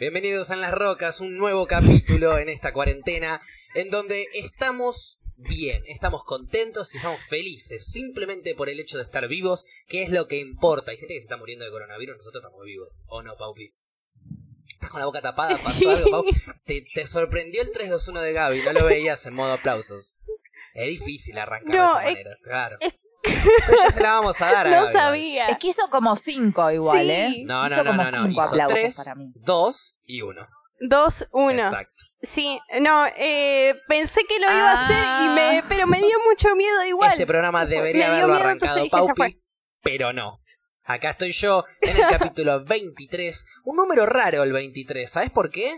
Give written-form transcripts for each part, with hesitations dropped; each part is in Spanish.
Bienvenidos a En las Rocas, un nuevo capítulo en esta cuarentena en donde estamos bien, estamos contentos y estamos felices simplemente por el hecho de estar vivos, que es lo que importa. Hay gente que se está muriendo de coronavirus, nosotros estamos vivos. ¿O no, Paupi? ¿Estás con la boca tapada? ¿Pasó algo, Pau? Te sorprendió el 3-2-1 de Gaby, no lo veías en modo aplausos. Es difícil arrancar de esta manera, claro. Pero ya se la vamos a dar a No Gaby, sabía. Es que hizo como 5 igual, Sí. ¿eh? No, hizo como 5 hizo aplausos 3, para mí. 2 y 1. 2-1. Exacto. Sí, no, pensé que lo iba a hacer, pero me dio mucho miedo igual. Este programa debería Me dio haberlo miedo, arrancado entonces dije, ya Paupi, pero no. Acá estoy yo en el capítulo 23. Un número raro el 23, ¿sabes por qué?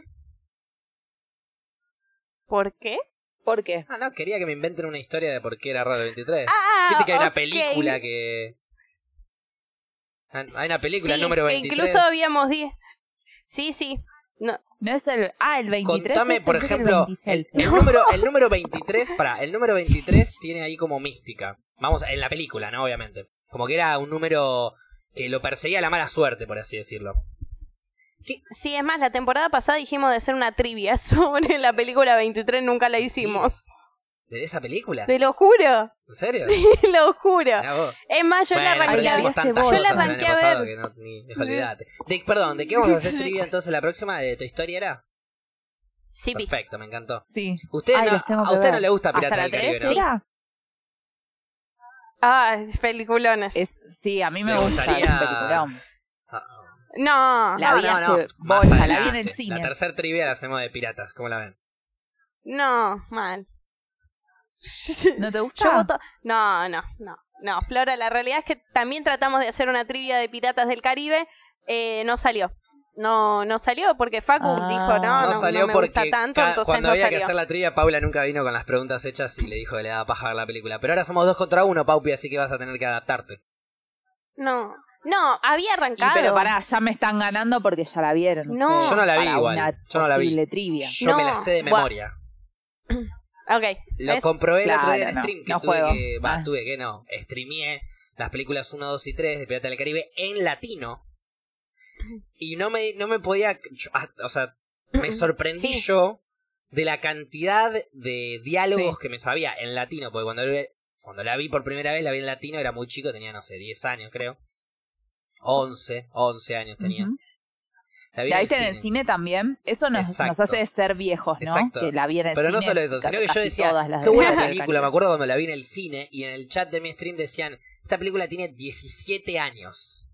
¿Por qué? ¿Por qué? Ah, no, quería que me inventen una historia de por qué era raro el 23. Ah, Viste que hay una ok. película que... Hay una película, Sí, número que 23. incluso habíamos 10. Sí. No. No es el... Ah, el 23. Contame, por pensé que ejemplo, el 26. el número 23, el número 23 tiene ahí como mística. Vamos, en la película, ¿no? Obviamente. Como que era un número que lo perseguía la mala suerte, por así decirlo. Sí, es más, la temporada pasada dijimos de hacer una trivia sobre la película 23, nunca la hicimos. ¿De esa película? Te lo juro. ¿En serio? Te lo juro. Mirá vos. Es más, yo la Bueno, arranqué pero a hicimos ver. tantas Yo la cosas el arranqué año a pasado ver. que olvídate. Perdón, ¿de qué vamos a hacer trivia entonces la próxima? ¿De tu historia era? Sí, Perfecto, me encantó. Sí. Usted Ay, no, los tengo a que usted ver. no le gusta Piratas ¿Hasta la del 3 Caribe, ¿no? era? es peliculones. Sí, a mí me ¿Le gusta. gustaría- Es un peliculón. No, La vi hace Más bolsa, la vi en adelante. el cine. La tercera trivia la hacemos de piratas, ¿cómo la ven? no, mal. ¿No te gusta? Yo voto... No, Flora, la realidad es que también tratamos de hacer una trivia de Piratas del Caribe, no salió. No salió porque Facu dijo, No salió me porque gusta tanto, entonces cuando no había que salió. hacer la trivia, Paula nunca vino con las preguntas hechas y le dijo que le daba paja ver la película. Pero ahora somos 2 contra 1, Paupi, así que vas a tener que adaptarte. No, había arrancado. Pero pará, ya me están ganando porque ya la vieron. No. ustedes, Yo no la vi para igual. Una Yo no la vi. posible trivia. Yo me la sé de buah. memoria. Ok. Lo ¿ves? comprobé el otro día en Claro, no, stream, que no tuve juego. que... Ah. Streameé las películas 1, 2 y 3 de Piratas del Caribe en latino. Y no me podía... o sea, me sorprendí Sí. yo de la cantidad de diálogos Sí. que me sabía en latino, porque cuando la vi por primera vez, la vi en latino, era muy chico, tenía, no sé, 10 años creo. 11 años tenía. Ujú. La vi ¿La en viste el en el cine. cine también? Eso nos Exacto. hace ser viejos, ¿no? Exacto. Que la vi en el Pero cine. no solo eso, sino que yo casi decía, todas las qué de buena Piratas del película. Me Caribe. acuerdo cuando la vi en el cine y en el chat de mi stream decían, esta película tiene 17 años.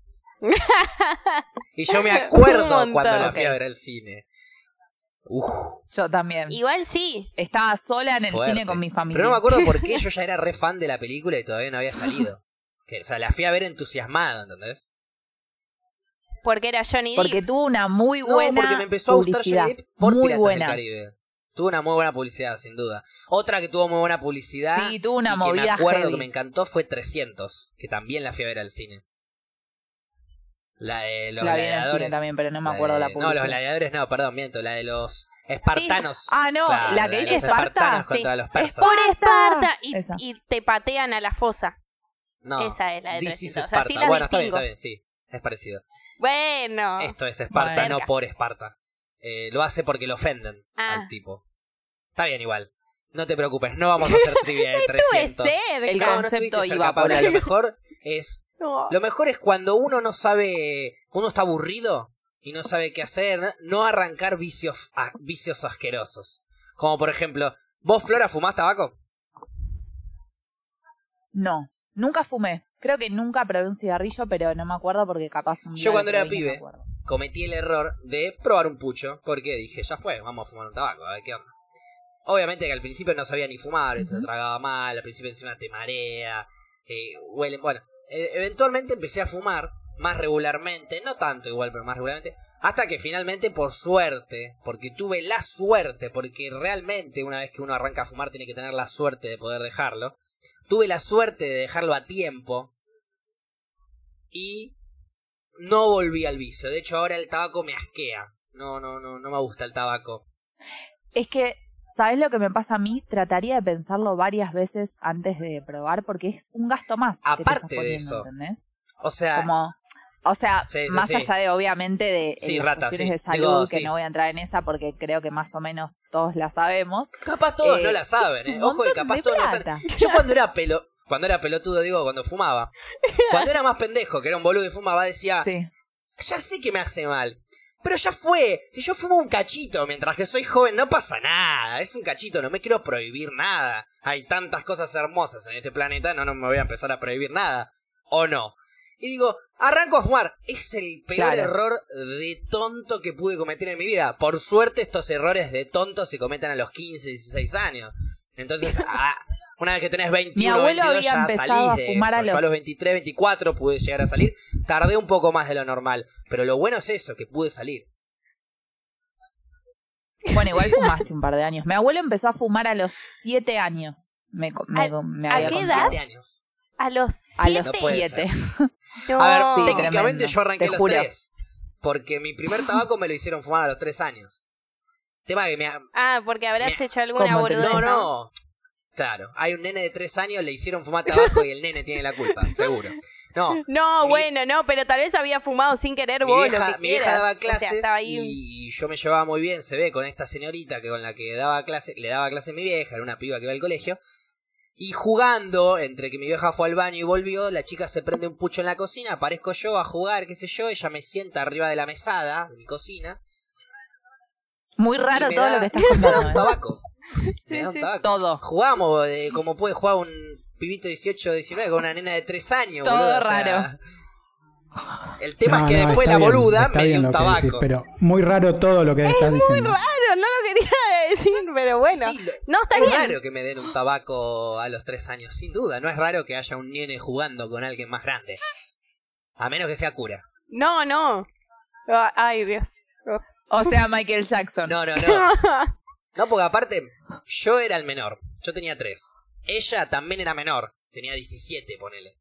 Y yo me acuerdo Un montón. cuando la fui a Ok. ver al cine. Uf, Yo también. Igual sí. Estaba sola en el fuerte. cine con mi familia. Pero no me acuerdo por qué yo ya era re fan de la película y todavía no había salido. O sea, la fui a ver entusiasmado, ¿entendés? Porque era Johnny Depp. Porque tuvo una muy buena No, porque me empezó a gustar publicidad. Johnny Depp por muy Piratas buena. del Caribe. Tuvo una muy buena publicidad, sin duda. Otra que tuvo muy buena publicidad Sí, tuvo una y que me movida acuerdo heavy. que me encantó fue 300, que también la fui a ver al cine. La de los La vi en el gladiadores. cine también, pero no me acuerdo la No, publicidad. los gladiadores no, perdón, miento. La de los espartanos. Ah, no, Claro, la que de dice los Esparta. espartanos contra Sí. los persas. Por Esparta Esa. y te patean a la fosa. No, Esa es la de This is 300. Esparta. Así las Bueno, está distingo. bien, sí. Es parecido. Bueno. Esto es Esparta, Bueno. no por Esparta. Lo hace porque lo ofenden Ah. al tipo. Está bien igual. No te preocupes, no vamos a hacer trivia de Tuve 300. cerca. El No, no concepto estuviste cerca, iba por Paula. ahí. No. Lo mejor es cuando uno no sabe, uno está aburrido y no sabe qué hacer, no arrancar vicios asquerosos. Como por ejemplo, ¿vos, Flora, fumás tabaco? No, nunca fumé. Creo que nunca probé un cigarrillo, pero no me acuerdo porque capaz un día Yo lo cuando era probé y no me pibe acuerdo. cometí el error de probar un pucho, porque dije, ya fue, vamos a fumar un tabaco, a ver qué onda. Obviamente que al principio no sabía ni fumar, se tragaba mal, al principio encima te marea, huele, bueno. Eventualmente empecé a fumar más regularmente, no tanto igual, pero más regularmente, hasta que finalmente por suerte, porque tuve la suerte, porque realmente una vez que uno arranca a fumar tiene que tener la suerte de poder dejarlo, tuve la suerte de dejarlo a tiempo y no volví al vicio. De hecho ahora el tabaco me asquea, no me gusta el tabaco. Es que, ¿sabes lo que me pasa a mí? Trataría de pensarlo varias veces antes de probar porque es un gasto más. que te Aparte estás de poniendo, eso, ¿entendés? o sea, Como, O sea, Sí, más allá de, obviamente, de Sí, las ratas, cuestiones sí. de salud, Digo, que sí. no voy a entrar en esa porque creo que más o menos todos la sabemos. Capaz todos no la Es saben, un Ojo que montón capaz de todos no la saben. plata. Yo cuando era pelotudo, digo, cuando fumaba. Cuando era más pendejo, que era un boludo y fumaba, decía, Sí. ya sé que me hace mal. Pero ya fue. Si yo fumo un cachito mientras que soy joven, no pasa nada. Es un cachito, no me quiero prohibir nada. Hay tantas cosas hermosas en este planeta, no me voy a empezar a prohibir nada. ¿O no? Y digo, arranco a fumar. Es el peor Claro. error de tonto que pude cometer en mi vida. Por suerte, estos errores de tonto se cometen a los 15, 16 años. Entonces, una vez que tenés 21, Mi abuelo 22, había ya empezado salís a de fumar eso. a Yo a los... los 23, 24 pude llegar a salir. Tardé un poco más de lo normal. Pero lo bueno es eso, que pude salir. Bueno, igual fumaste un par de años. Mi abuelo empezó a fumar a los 7 años. Me ¿A había qué contado. edad? 7 años. A los A los No puede 7. No. A ver, Sí, técnicamente tremendo, yo arranqué te a los juro. 3. Porque mi primer tabaco me lo hicieron fumar a los 3 años. Tema que Ah, porque habrás Mira, hecho alguna ¿cómo te boludez, No, ¿no? no. Claro, hay un nene de 3 años, le hicieron fumar tabaco y el nene tiene la culpa, seguro. No, No, Mi- bueno, no, pero tal vez había fumado sin querer vos, lo que mi vieja quieras. daba O sea, clases estaba ahí. y yo me llevaba muy bien, se ve, con esta señorita que con la que daba clase, le daba clase a mi vieja, era una piba que iba al colegio. Y jugando, entre que mi vieja fue al baño y volvió, la chica se prende un pucho en la cocina, aparezco yo a jugar, qué sé yo, ella me sienta arriba de la mesada de mi cocina. Muy y raro me todo da- lo que estás me da contando. un ¿eh? tabaco. Sí, Me da un sí. tabaco. Todo. Jugamos como puede jugar un pibito 18 o 19 con una nena de 3 años. Todo boludo, raro. El tema es que No, después está la bien, boluda está me dio bien un lo que decís, tabaco. pero muy raro todo lo que estás diciendo. Claro, no lo quería decir, pero bueno. Sí, No, está es bien. raro que me den un tabaco a los 3 años, sin duda. No es raro que haya un nene jugando con alguien más grande. A menos que sea cura. No, no. Ay, Dios. O sea, Michael Jackson. No, no, no. No, porque aparte, yo era el menor. Yo tenía 3. Ella también era menor. Tenía 17, ponele.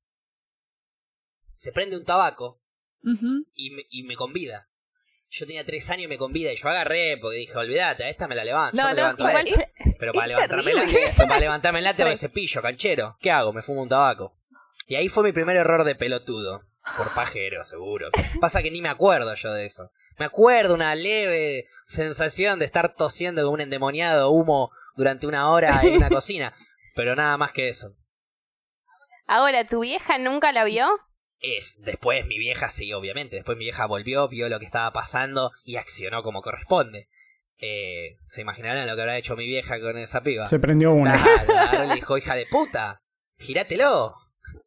Se prende un tabaco Ujú. y me convida. Yo tenía 3 años y me convida. Y yo agarré porque dije, olvídate, a esta me la levanto. No, yo me no, levanto a igual esta. es, Pero para es levantármela, terrible. para levantármela tengo el cepillo, canchero. ¿Qué hago? Me fumo un tabaco. Y ahí fue mi primer error de pelotudo. Por pajero, seguro. Pasa que ni me acuerdo yo de eso. Me acuerdo una leve sensación de estar tosiendo como un endemoniado humo durante una hora en una cocina. Pero nada más que eso. Ahora, ¿tu vieja nunca la vio? Después mi vieja, sí, obviamente. Después mi vieja volvió, vio lo que estaba pasando y accionó como corresponde. ¿Se imaginarán lo que habrá hecho mi vieja con esa piba? Se prendió una. Claro, le dijo, hija de puta, girátelo.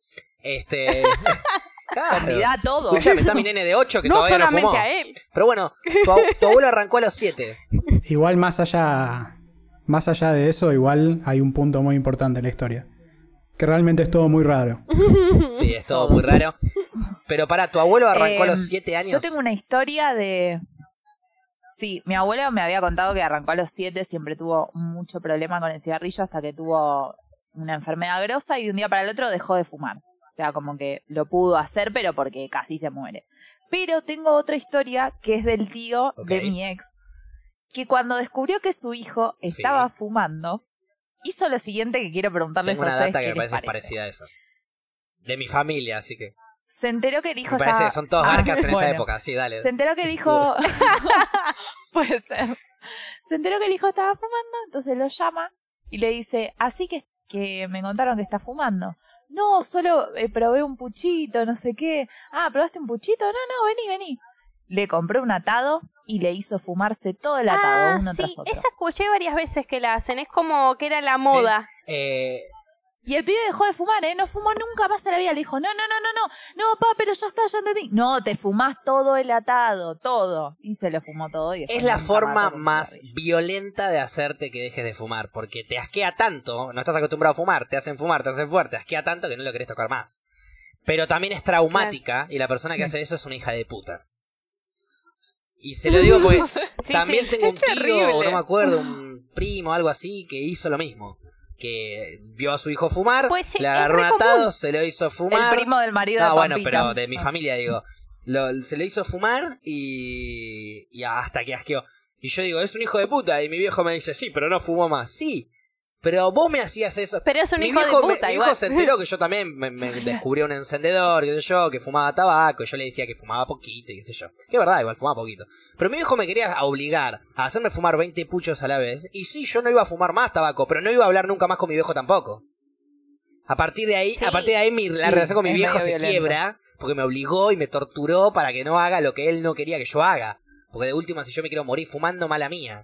Claro. Convidá a todos. Escuchame, está mi nene de 8 que No todavía no solamente fumó. a él. Pero bueno, tu abuelo arrancó a los 7. Igual más allá de eso, igual hay un punto muy importante en la historia. Que realmente es todo muy raro. Sí, es todo muy raro. Pero pará, tu abuelo arrancó a los 7 años. Yo tengo una historia de... Sí, mi abuelo me había contado que arrancó a los 7, siempre tuvo mucho problema con el cigarrillo hasta que tuvo una enfermedad grosa y de un día para el otro dejó de fumar. O sea, como que lo pudo hacer, pero porque casi se muere. Pero tengo otra historia que es del tío Ok. de mi ex, que cuando descubrió que su hijo estaba fumando, hizo lo siguiente que quiero preguntarles Tengo a una ustedes data que qué me les parece parece. parecida a eso. De mi familia, así que. Se enteró que el hijo Me parece estaba... que son todos Ah, garcas en bueno. esa época, sí, dale. Se enteró que el hijo... Puede ser. Se enteró que el hijo estaba fumando, entonces lo llama y le dice, así que me contaron que está fumando. No, solo probé un puchito, no sé qué. Ah, ¿probaste un puchito? No, vení. Le compré un atado y le hizo fumarse todo el atado, uno tras sí, otro. esa escuché varias veces que la hacen. Es como que era la moda. Y el pibe dejó de fumar, no fumó nunca más en la vida. Le dijo, no, pa, pero ya está, ya entendí. No, te fumás todo el atado, todo. Y se lo fumó todo. Y después Es la nunca forma mató con un más cigarrillo. violenta de hacerte que dejes de fumar, porque te asquea tanto, no estás acostumbrado a fumar, te hacen fuerte, te asquea tanto que no lo querés tocar más. Pero también es traumática y la persona que Sí. hace eso es una hija de puta. Y se lo digo porque Sí, también sí. tengo un Es tío, terrible. no me acuerdo, un primo, algo así, que hizo lo mismo. Que vio a su hijo fumar, Pues sí, le es agarró un re común. atado, se lo hizo fumar. El primo del marido No, de bueno, Pampita. pero de mi familia, digo. Se lo hizo fumar y hasta que asqueó. Y yo digo, es un hijo de puta. Y mi viejo me dice, sí, pero no fumó más. Sí, Pero vos me hacías eso. Pero es un Mi hijo viejo de puta, mi igual. viejo se enteró que yo también me descubrí un encendedor, qué sé yo, que fumaba tabaco, y yo le decía que fumaba poquito, y qué sé yo. Que es verdad, igual fumaba poquito. Pero mi viejo me quería obligar a hacerme fumar 20 puchos a la vez, y sí, yo no iba a fumar más tabaco, pero no iba a hablar nunca más con mi viejo tampoco. A partir de ahí, Sí. la relación con mi es viejo medio se violento. quiebra, porque me obligó y me torturó para que no haga lo que él no quería que yo haga. Porque de última, si yo me quiero morir fumando, mala mía.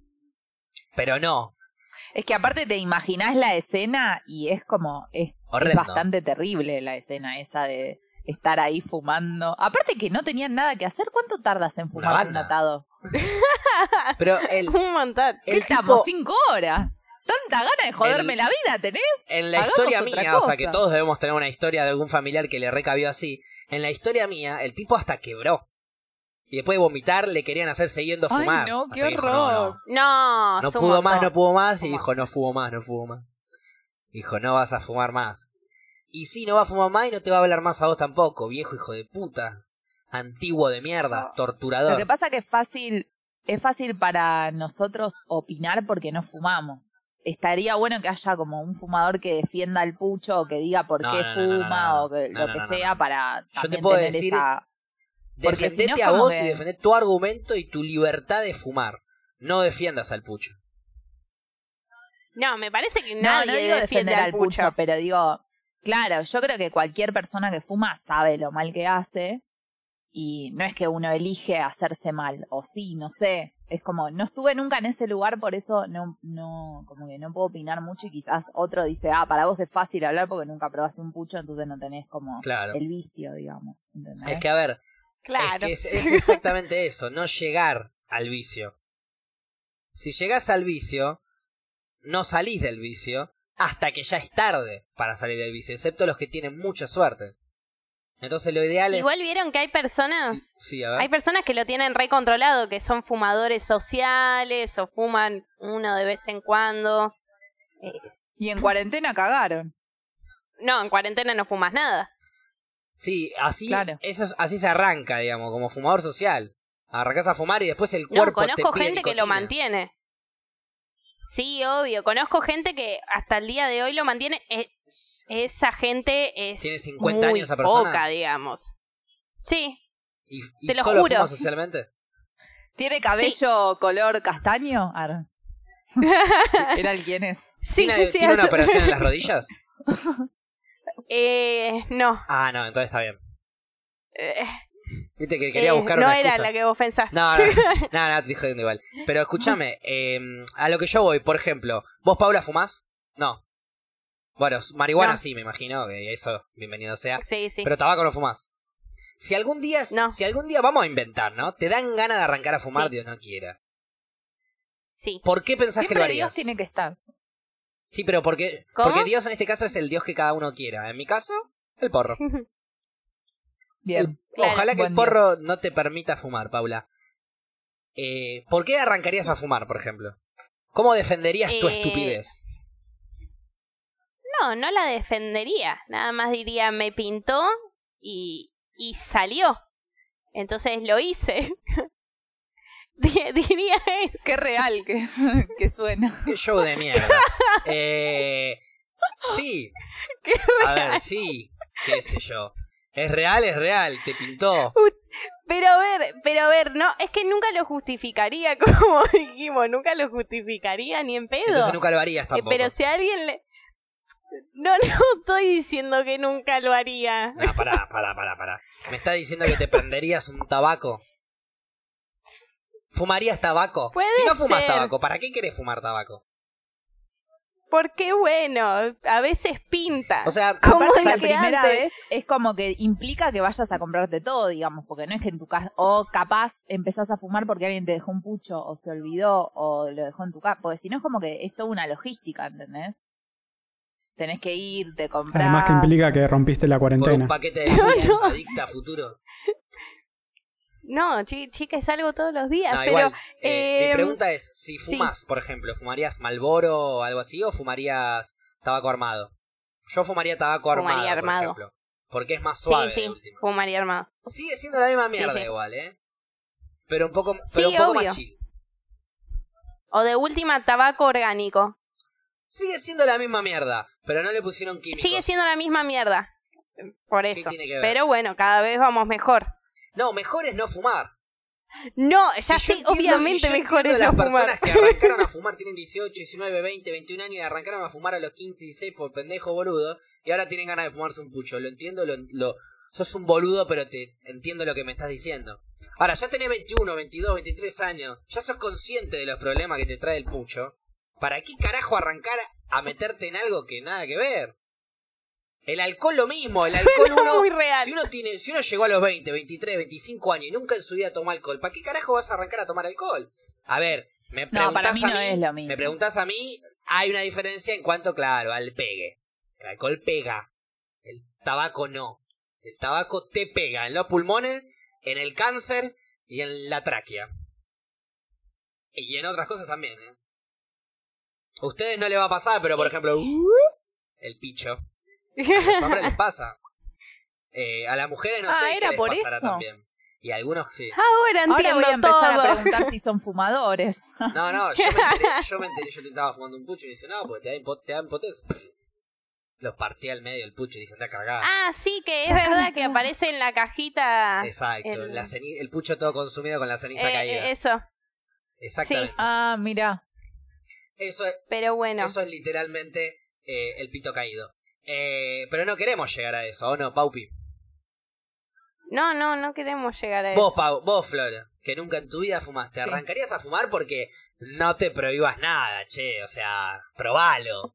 Pero no. Es que aparte te imaginás la escena y es como, es Horrendo. bastante terrible la escena esa de estar ahí fumando. Aparte que no tenían nada que hacer, ¿cuánto tardas en fumar un banda. atado? Pero el, Un montón. ¿Qué el estamos? tipo, 5 horas. Tanta gana de joderme la vida, ¿tenés? en la Hagamos historia otra mía, o sea cosa. que todos debemos tener una historia de algún familiar que le recabió así. En la historia mía, el tipo hasta quebró. Y después de vomitar le querían hacer siguiendo a Ay, fumar. no, Hasta qué que dijo, horror. No, No es un pudo más, montón. no pudo más. Y Fuma. dijo, no fumo más, no fumo más. Dijo, no vas a fumar más. Y sí, no va a fumar más y no te va a hablar más a vos tampoco, viejo hijo de puta. Antiguo de mierda, torturador. Lo que pasa que es fácil para nosotros opinar porque no fumamos. Estaría bueno que haya como un fumador que defienda el pucho o que diga por No, qué no, fuma no, o que no, lo no, que no, sea no. para Yo te también puedo tener decir, esa... porque si defendete no es a como vos que- y defendé tu argumento y tu libertad de fumar. No defiendas al pucho. No, me parece que No, nadie no digo defiende defender al pucho, pero digo, claro, yo creo que cualquier persona que fuma sabe lo mal que hace y no es que uno elige hacerse mal, o sí, no sé, es como, no estuve nunca en ese lugar, por eso no, como que no puedo opinar mucho y quizás otro dice, para vos es fácil hablar porque nunca probaste un pucho, entonces no tenés como Claro. el vicio, digamos, ¿entendés? Es que a ver, Claro. es exactamente eso, no llegar al vicio. Si llegás al vicio, no salís del vicio hasta que ya es tarde para salir del vicio, excepto los que tienen mucha suerte. Entonces lo ideal es... Igual vieron que hay personas, Sí, a ver. hay personas que lo tienen recontrolado, que son fumadores sociales o fuman uno de vez en cuando. Y en cuarentena cagaron. No, en cuarentena no fumas nada. Sí, así, Claro. así se arranca, digamos, como fumador social. Arrancás a fumar y después el No, cuerpo conozco te pide gente que lo nicotina. mantiene. Sí, obvio. Conozco gente que hasta el día de hoy lo mantiene. Esa gente es ¿Tiene 50 muy años esa persona? poca, digamos. Sí, ¿Y Te lo solo juro. fuma socialmente? ¿Tiene cabello color castaño? ¿Era el quién es? sí, ¿Tiene sí, una operación en las rodillas? no. Ah, no, entonces está bien. Eh, Viste que quería buscar no una era excusa. la que vos pensaste. No, te estoy jodiendo igual. Pero escúchame, a lo que yo voy, por ejemplo, ¿vos, Paula, fumás? No. Bueno, marihuana No. sí, me imagino, que eso, bienvenido sea. Sí, sí. Pero tabaco no fumás. Si algún día, No. si algún día vamos a inventar, ¿no? Te dan ganas de arrancar a fumar, Sí. Dios no quiera. Sí. ¿Por qué pensás que lo Siempre harías? Dios tiene que estar. Sí, pero porque ¿Cómo? Dios en este caso es el Dios que cada uno quiera. En mi caso, el porro. Bien. Claro. Ojalá que el Buen porro no te permita fumar, Paula. ¿Por qué arrancarías a fumar, por ejemplo? ¿Cómo defenderías tu estupidez? No, no la defendería. Nada más diría, me pintó y salió. Entonces lo hice. Diría eso. Qué real que suena. Qué show de mierda. Sí. Qué A ver, sí. Qué sé yo. Es real, te pintó. Pero a ver, no, es que nunca lo justificaría, como dijimos, nunca lo justificaría ni en pedo. Entonces nunca lo harías tampoco. Pero si a alguien le... No estoy diciendo que nunca lo haría. No, pará. ¿Me está diciendo que te prenderías un tabaco? ¿Fumarías tabaco? Puede Si no fumas ser. tabaco, ¿para qué querés fumar tabaco? Porque bueno, a veces pinta. O sea, Como Aparte, la dije primera antes. vez es como que implica que vayas a comprarte todo, digamos, porque no es que en tu casa, o capaz empezás a fumar porque alguien te dejó un pucho, o se olvidó, o lo dejó en tu casa, porque si no es como que es toda una logística, ¿entendés? Tenés que ir, te comprar. Además que implica que rompiste la por un cuarentena. paquete de puchos adicta a futuro. No, chica, es algo todos los días. No, pero igual. Mi pregunta es, si sí. fumas, por ejemplo, ¿fumarías Marlboro o algo así o fumarías tabaco armado? Yo fumaría tabaco Fumaría armado, por armado. ejemplo. Porque es más suave, sí, de última. fumaría armado. Sigue siendo la misma mierda sí. igual, Pero un poco, Sí, un poco obvio. más chill. O de última, tabaco orgánico. Sigue siendo la misma mierda, pero no le pusieron químicos. Sigue siendo la misma mierda. Por ¿Qué eso. tiene que ver? Pero bueno, cada vez vamos mejor. No, mejor es no fumar. No, ya Y yo sé, entiendo- obviamente y yo mejor entiendo es las no fumar. personas que arrancaron a fumar, tienen 18, 19, 20, 21 años y arrancaron a fumar a los 15, 16 por pendejo boludo, y ahora tienen ganas de fumarse un pucho. Lo entiendo, sos un boludo, pero te entiendo lo que me estás diciendo. Ahora, ya tenés 21, 22, 23 años, ya sos consciente de los problemas que te trae el pucho. ¿Para qué carajo arrancar a meterte en algo que nada que ver? El alcohol lo mismo, el alcohol uno, muy real. si uno llegó a los 20, 23, 25 años y nunca en su vida tomó alcohol, ¿para qué carajo vas a arrancar a tomar alcohol? A ver, me preguntás No, para mí a no es lo mismo. Me preguntás a mí, hay una diferencia en cuanto, claro, al pegue. El alcohol pega, el tabaco no. El tabaco te pega en los pulmones, en el cáncer y en la tráquea. Y en otras cosas también, ¿eh? A ustedes no les va a pasar, pero por ejemplo, el picho. A los hombres les pasa. A las mujeres no sé qué era les por pasará eso. también. Y a algunos sí. Ahora Ahora entiendo voy a empezar todo. a preguntar si son fumadores. No, yo me enteré, yo te estaba fumando un pucho y dice, no, porque te da impotencia. Los partí al medio el pucho y dije, anda cagada. Ah, sí, que es Sácame verdad que todo. aparece en la cajita. Exacto, el- el pucho todo consumido con la ceniza caída. Eso, Exactamente. Ah, mira. Eso es, pero bueno. eso es literalmente el pito caído. Pero no queremos llegar a eso, ¿o no, Paupi? No queremos llegar a Vos, eso. vos, Flor, que nunca en tu vida fumaste, Sí. ¿arrancarías a fumar? Porque no te prohíbas nada, che, o sea, probalo.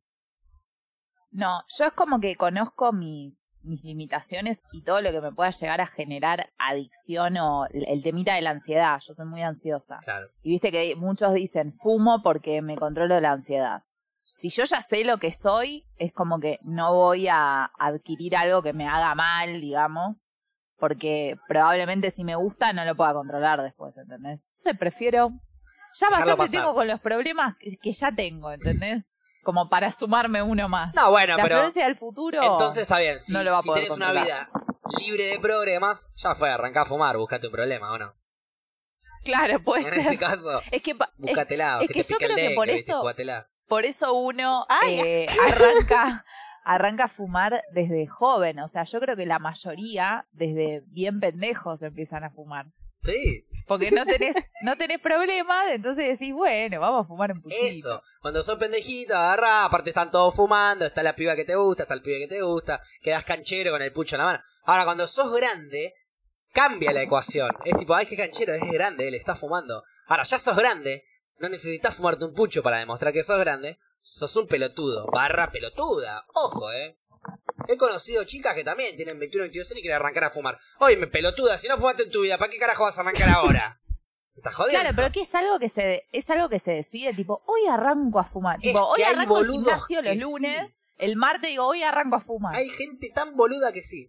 No, yo es como que conozco mis limitaciones y todo lo que me pueda llegar a generar adicción o el temita de la ansiedad. Yo soy muy ansiosa. Claro. Y viste que muchos dicen, fumo porque me controlo la ansiedad. Si yo ya sé lo que soy, es como que no voy a adquirir algo que me haga mal, digamos, porque probablemente si me gusta no lo pueda controlar después, ¿entendés? Entonces prefiero... Ya Dejarlo bastante pasar. tengo con los problemas que ya tengo, ¿entendés? Como para sumarme uno más. No, bueno, la pero Florencia del futuro... entonces está bien. Si, no lo va a si poder tenés una controlar. vida libre de problemas, ya fue, arrancá a fumar, buscate un problema, ¿o no? Claro, puede En ser. ese caso, Es que, buscátela, es que que te yo pique el creo que dengue, por ¿viste? eso- Jugátela. por eso uno Ay. arranca a fumar desde joven. O sea, yo creo que la mayoría, desde bien pendejos, empiezan a fumar. Sí, Porque no tenés problemas, entonces decís, bueno, vamos a fumar un puchito. eso. Cuando sos pendejito, agarrá, aparte están todos fumando, está la piba que te gusta, está el pibe que te gusta, quedás canchero con el pucho en la mano. Ahora, cuando sos grande, cambia la ecuación. Es tipo, ay, qué canchero, es grande, él está fumando. Ahora, ya sos grande, no necesitas fumarte un pucho para demostrar que sos grande, sos un pelotudo, barra pelotuda. Ojo, He conocido chicas que también tienen 21, 22 años y quieren arrancar a fumar. Oye, me pelotuda, si no fumaste en tu vida, ¿para qué carajo vas a arrancar ahora? ¿Me estás jodiendo? Claro, pero que es algo que se decide, tipo, hoy arranco a fumar. Tipo, Es hoy que hay arranco el boludos gimnasio que los lunes, sí. el martes digo, hoy arranco a fumar. Hay gente tan boluda que sí.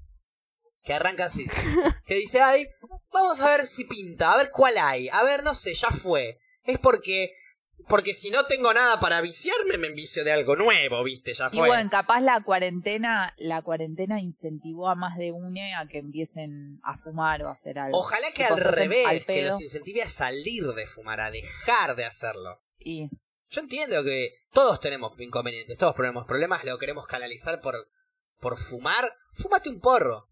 Que arranca así. Que dice, ay, vamos a ver si pinta, a ver cuál hay. A ver, no sé, ya fue. Es porque si no tengo nada para viciarme, me envicio de algo nuevo, ¿viste? Ya Y fue. bueno, capaz la cuarentena incentivó a más de uno a que empiecen a fumar o a hacer algo. Ojalá que Tipo, al estás revés, al que pedo. los incentive a salir de fumar, a dejar de hacerlo. Y Yo entiendo que todos tenemos inconvenientes, todos tenemos problemas, lo queremos canalizar por fumar. Fúmate un porro.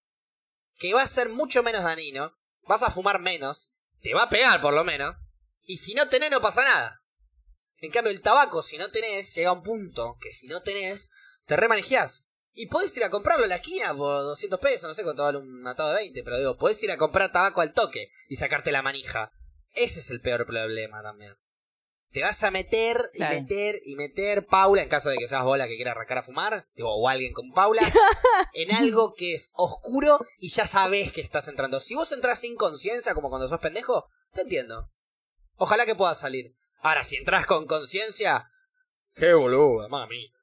Que va a ser mucho menos dañino. Vas a fumar menos. Te va a pegar por lo menos. Y si no tenés, no pasa nada. En cambio, el tabaco, si no tenés, llega a un punto que si no tenés, te remanejás. Y podés ir a comprarlo en la esquina por 200 pesos, no sé cuánto vale un atado de 20, pero digo, podés ir a comprar tabaco al toque y sacarte la manija. Ese es el peor problema también. Te vas a meter Claro. y meter, Paula, en caso de que seas vos la que quiera arrancar a fumar, digo, o alguien con Paula, en algo que es oscuro y ya sabés que estás entrando. Si vos entras sin conciencia, como cuando sos pendejo, te entiendo. Ojalá que puedas salir. Ahora, si entras con conciencia, qué boluda, mami.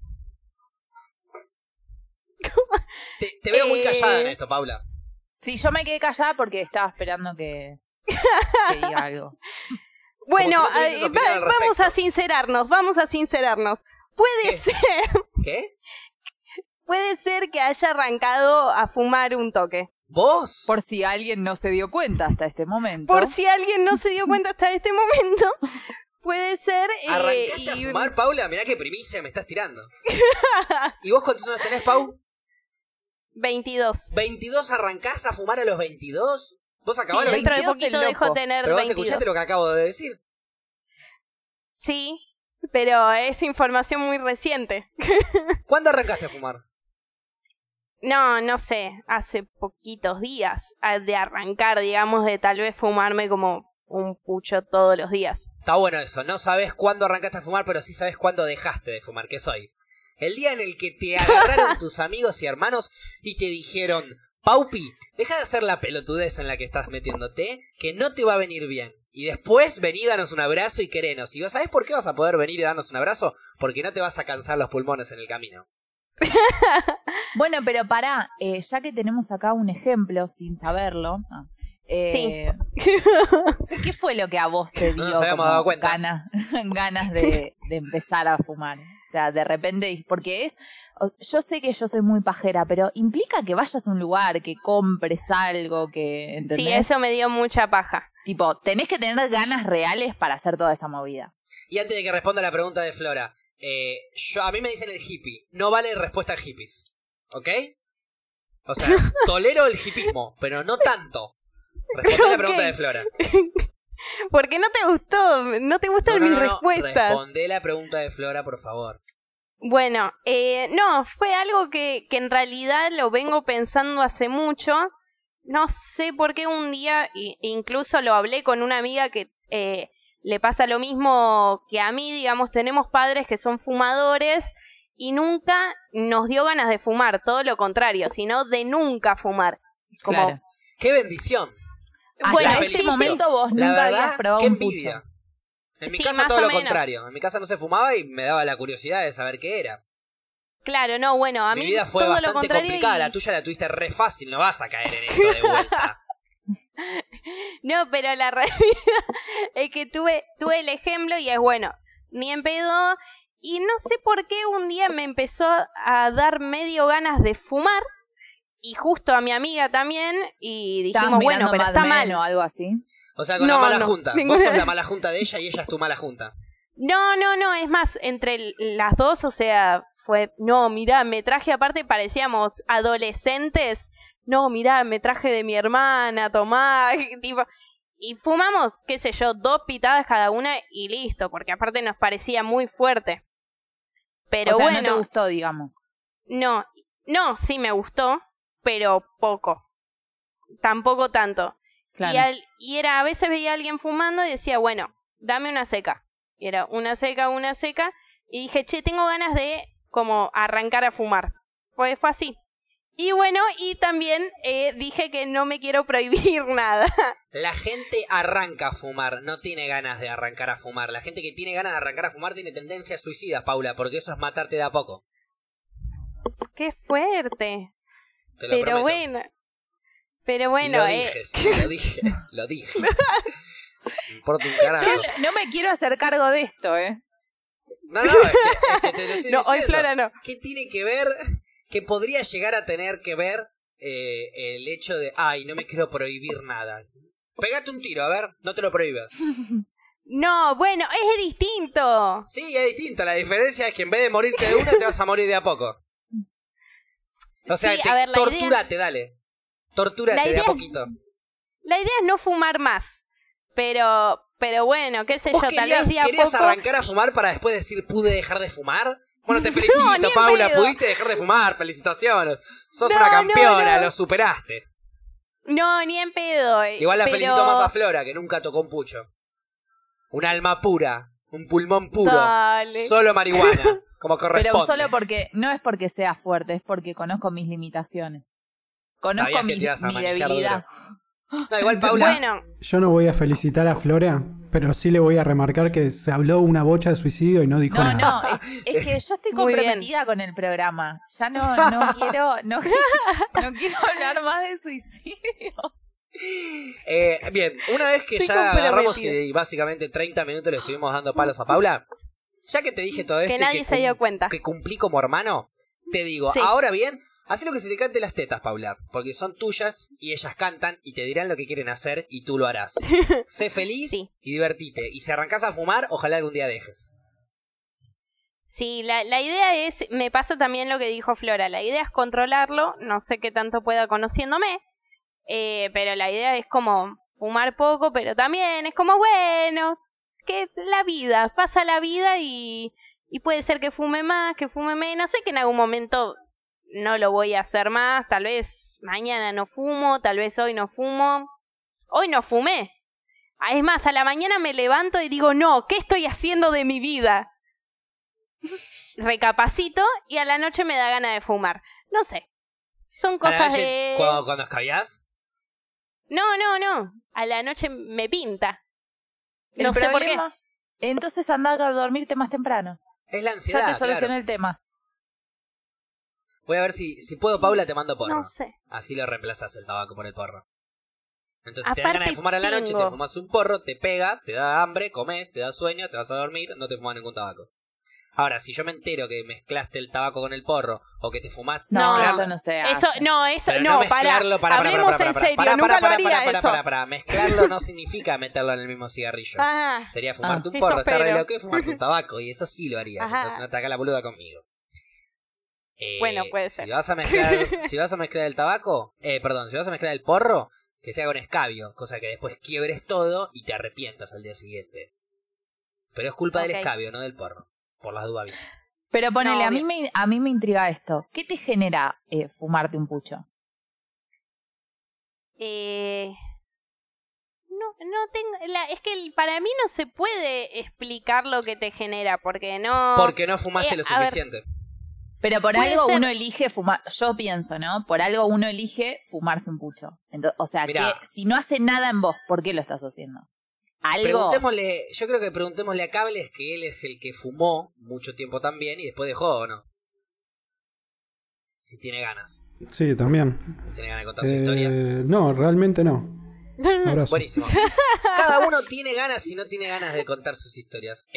Te veo muy callada en esto, Paula. sí, yo me quedé callada porque estaba esperando que diga algo. Bueno, Como si no tuvieses opinión al vamos respecto. vamos a sincerarnos. ¿Qué? ¿Qué? Puede ser que haya arrancado a fumar un toque. ¿Vos? Por si alguien no se dio cuenta hasta este momento. Por si alguien no se dio cuenta hasta este momento, puede ser. ¿Arrancaste a fumar, Paula? Mirá qué primicia me estás tirando. ¿Y vos cuántos años tenés, Pau? 22. ¿22 arrancás a fumar a los 22? ¿Vos acabás Sí, a los dentro de 22 poquito es dejo loco. tener Pero vos 22. escuchaste lo que acabo de decir. Sí, pero es información muy reciente. ¿Cuándo arrancaste a fumar? No sé, hace poquitos días de arrancar, digamos, de tal vez fumarme como un pucho todos los días. Está bueno eso, no sabes cuándo arrancaste a fumar, pero sí sabes cuándo dejaste de fumar, que soy. El día en el que te agarraron tus amigos y hermanos y te dijeron, Paupi, deja de hacer la pelotudez en la que estás metiéndote, que no te va a venir bien. Y después vení, danos un abrazo y querenos. ¿Y vos sabés por qué vas a poder venir y darnos un abrazo? Porque no te vas a cansar los pulmones en el camino. Bueno, pero pará, ya que tenemos acá un ejemplo, sin saberlo, Sí. ¿qué fue lo que a vos te dio No nos habíamos como dado cuenta. ganas de empezar a fumar? O sea, de repente, porque yo sé que yo soy muy pajera, pero implica que vayas a un lugar, que compres algo, que, ¿entendés? Sí, eso me dio mucha paja. Tipo, tenés que tener ganas reales para hacer toda esa movida. Y antes de que responda la pregunta de Flora, a mí me dicen el hippie, no vale respuesta a hippies, ¿ok? O sea, tolero el hippismo, pero no tanto. Responde la pregunta de Flora. Porque no te gustó, no te gustan mis respuestas. Responde la pregunta de Flora, por favor. Bueno, no, fue algo que en realidad lo vengo pensando hace mucho. No sé por qué un día, incluso lo hablé con una amiga que le pasa lo mismo que a mí, digamos, tenemos padres que son fumadores y nunca nos dio ganas de fumar, todo lo contrario, sino de nunca fumar. Como, Claro. ¡Qué bendición! Bueno, Hasta te este felicito. momento vos La nunca verdad, habías probado qué un pucho. envidia. En mi Sí, casa más todo o lo menos. contrario. En mi casa no se fumaba y me daba la curiosidad de saber qué era. Claro, no, bueno, a Mi mí vida fue todo lo bastante contrario complicada. y- La tuya la tuviste re fácil. No vas a caer en esto de vuelta. No, pero la realidad es que tuve el ejemplo y es bueno, ni en pedo. Y no sé por qué un día me empezó a dar medio ganas de fumar. Y justo a mi amiga también. Y ¿Estabas dijimos, bueno, mirando pero Mad está Men mal. o algo así? O sea, con No, la mala no, junta. ninguna- Vos sos la mala junta de ella y ella es tu mala junta. No, es más, entre las dos, o sea, fue, no, mirá, me traje aparte, parecíamos adolescentes. No, mirá, me traje de mi hermana, tomá, tipo... Y fumamos, qué sé yo, 2 pitadas cada una y listo, porque aparte nos parecía muy fuerte. Pero O sea, bueno, no te gustó, digamos. no, sí me gustó, pero poco. Tampoco tanto. Claro. Y era, a veces veía a alguien fumando y decía, bueno, dame una seca. Y era una seca. Y dije, che, tengo ganas de como arrancar a fumar. Pues fue así. Y bueno, y también dije que no me quiero prohibir nada. La gente arranca a fumar, no tiene ganas de arrancar a fumar. La gente que tiene ganas de arrancar a fumar tiene tendencias suicidas, Paula, porque eso es matarte de a poco. Qué fuerte. Te lo prometo. Pero bueno, Lo dije, sí, lo dije. Me importa un carajo. Yo no me quiero hacer cargo de esto, No, es que te lo estoy no, hoy diciendo. Flora no. ¿Qué tiene que ver? Que podría llegar a tener que ver el hecho de, ay, no me quiero prohibir nada. Pégate un tiro, a ver, no te lo prohíbas. No, bueno, es distinto. Sí, es distinto. La diferencia es que en vez de morirte de una, te vas a morir de a poco. O sea, Sí, a ver, la torturate, dale. Torturate La de a idea- poquito. La idea es no fumar más. Pero bueno, qué sé yo, ¿Vos tal vez de a querías poco. arrancar a fumar para después decir, pude dejar de fumar? Bueno, te felicito, No, ni en Paula, pedo. pudiste dejar de fumar, felicitaciones. Sos No, una campeona, no. lo superaste. No, ni en pedo. Igual la pero... felicito más a Flora, que nunca tocó un pucho. Un alma pura, un pulmón puro, Dale. solo marihuana, como corresponde. Pero solo porque, no es porque sea fuerte, es porque conozco mis limitaciones. Conozco Sabías que mi te ibas a manejar debilidad. No, igual Paula, Bueno, Yo no voy a felicitar a Flora, pero sí le voy a remarcar que se habló una bocha de suicidio y no dijo No, nada. es que yo estoy Muy comprometida con el programa. Ya no quiero, no quiero hablar más de suicidio. bien, una vez que Estoy ya agarramos comprometida. y básicamente 30 minutos le estuvimos dando palos a Paula, ya que te dije todo esto que y nadie se dio cuenta. que cumplí como hermano, te digo, Sí. ahora bien, Haz lo que se te cante las tetas, Paula, porque son tuyas y ellas cantan y te dirán lo que quieren hacer y tú lo harás. Sé feliz Sí. y divertite. Y si arrancás a fumar, ojalá algún día dejes. Sí, la idea es, me pasa también lo que dijo Flora, la idea es controlarlo, no sé qué tanto pueda conociéndome, pero la idea es como fumar poco, pero también es como, bueno, que la vida, pasa la vida y puede ser que fume más, que fume menos, sé que en algún momento no lo voy a hacer más, tal vez mañana no fumo, tal vez hoy no fumo, hoy no fumé. Es más, a la mañana me levanto y digo, no, ¿qué estoy haciendo de mi vida? Recapacito y a la noche me da ganas de fumar. No sé, son ¿A la cosas noche, de... cuando escabiás? No, a la noche me pinta. El No sé por qué. problema, entonces anda a dormirte más temprano. Es la ansiedad, Ya te solucioné claro. el tema. Voy a ver si puedo, Paula, te mando porro. No sé. Así lo reemplazas el tabaco por el porro. Entonces, si te Aparte dan ganas de fumar a la noche, tengo- te fumas un porro, te pega, te da hambre, comes, te da sueño, te vas a dormir, no te fumas ningún tabaco. Ahora, si yo me entero que mezclaste el tabaco con el porro, o que te fumaste... No, No, eso no se hace. Eso, no, eso, Pero no, mezclarlo, hablemos en serio, nunca lo haría eso. Para. Mezclarlo no significa meterlo en el mismo cigarrillo. Ah, Sería fumarte un eso porro, estar re espero. loco y fumarte un tabaco, y eso sí lo harías. Ajá. Entonces no te hagas la boluda conmigo. Bueno, puede ser. Si vas a mezclar el tabaco, si vas a mezclar el porro, que sea con escabio, cosa que después quiebres todo y te arrepientas al día siguiente. Pero es culpa del Ok. escabio, no del porro. Por las dudas. Pero ponele, No, a mí me intriga esto. ¿Qué te genera fumarte un pucho? No tengo, es que para mí no se puede explicar lo que te genera, porque no... Porque no fumaste lo a ver, suficiente. Pero por Puede algo ser. uno elige fumar, yo pienso, ¿no? Por algo uno elige fumarse un pucho. Entonces, o sea, Mirá. que si no hace nada en vos, ¿por qué lo estás haciendo? Algo. Yo creo que preguntémosle a Cables, que él es el que fumó mucho tiempo también y después dejó, ¿o no? Si tiene ganas. Sí, también. ¿Tiene ganas de contar su historia? No, realmente no. Abrazo. Buenísimo. Cada uno tiene ganas y no tiene ganas de contar sus historias.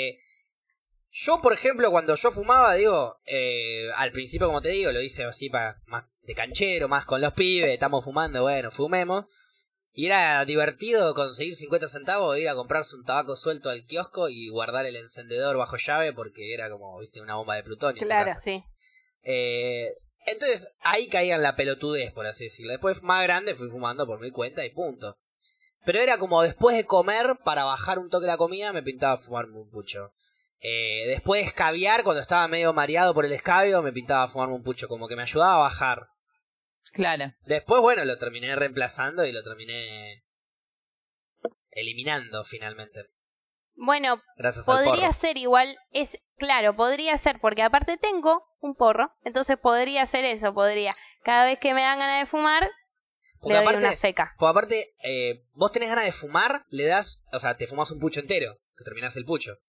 Yo, por ejemplo, cuando yo fumaba, al principio, como te digo, lo hice así más de canchero, más con los pibes, estamos fumando, bueno, fumemos. Y era divertido conseguir 50 centavos, ir a comprarse un tabaco suelto al kiosco y guardar el encendedor bajo llave porque era como, viste, una bomba de plutonio. en tu Claro, casa. sí. Entonces ahí caía en la pelotudez, por así decirlo. Después, más grande, fui fumando por mi cuenta y punto. Pero era como después de comer, para bajar un toque la comida, me pintaba fumarme un pucho. Después de escabiar, cuando estaba medio mareado por el escabio, me pintaba fumarme un pucho, como que me ayudaba a bajar. Claro. Después, bueno, lo terminé reemplazando y lo terminé eliminando finalmente. Bueno, Gracias al podría porro. ser igual, claro, podría ser, porque aparte tengo un porro, entonces podría ser eso, cada vez que me dan ganas de fumar, Porque le doy aparte, una seca. vos tenés ganas de fumar, le das, o sea, te fumás un pucho entero, te terminás el pucho.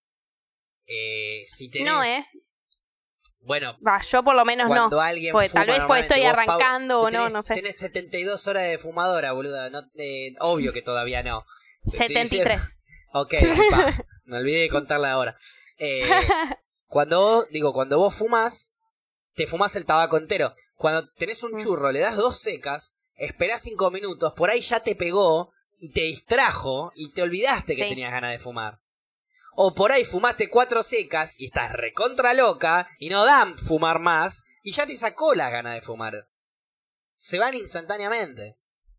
Si tenés... No, Bueno, Va, yo por lo menos no. cuando alguien Pues fuma tal vez pues normalmente, estoy vos, Pau, arrancando o no, tenés- no sé. Tenés 72 horas de fumadora, boluda. No, obvio que todavía no. Te estoy 73. diciendo- Ok, disculpa, me olvidé de contarla ahora. Cuando vos fumas, te fumas el tabaco entero. Cuando tenés un churro, le das 2 secas, esperás 5 minutos, por ahí ya te pegó y te distrajo y te olvidaste que Sí. tenías ganas de fumar. O por ahí fumaste 4 secas y estás recontra loca y no dan fumar más y ya te sacó las ganas de fumar. Se van instantáneamente.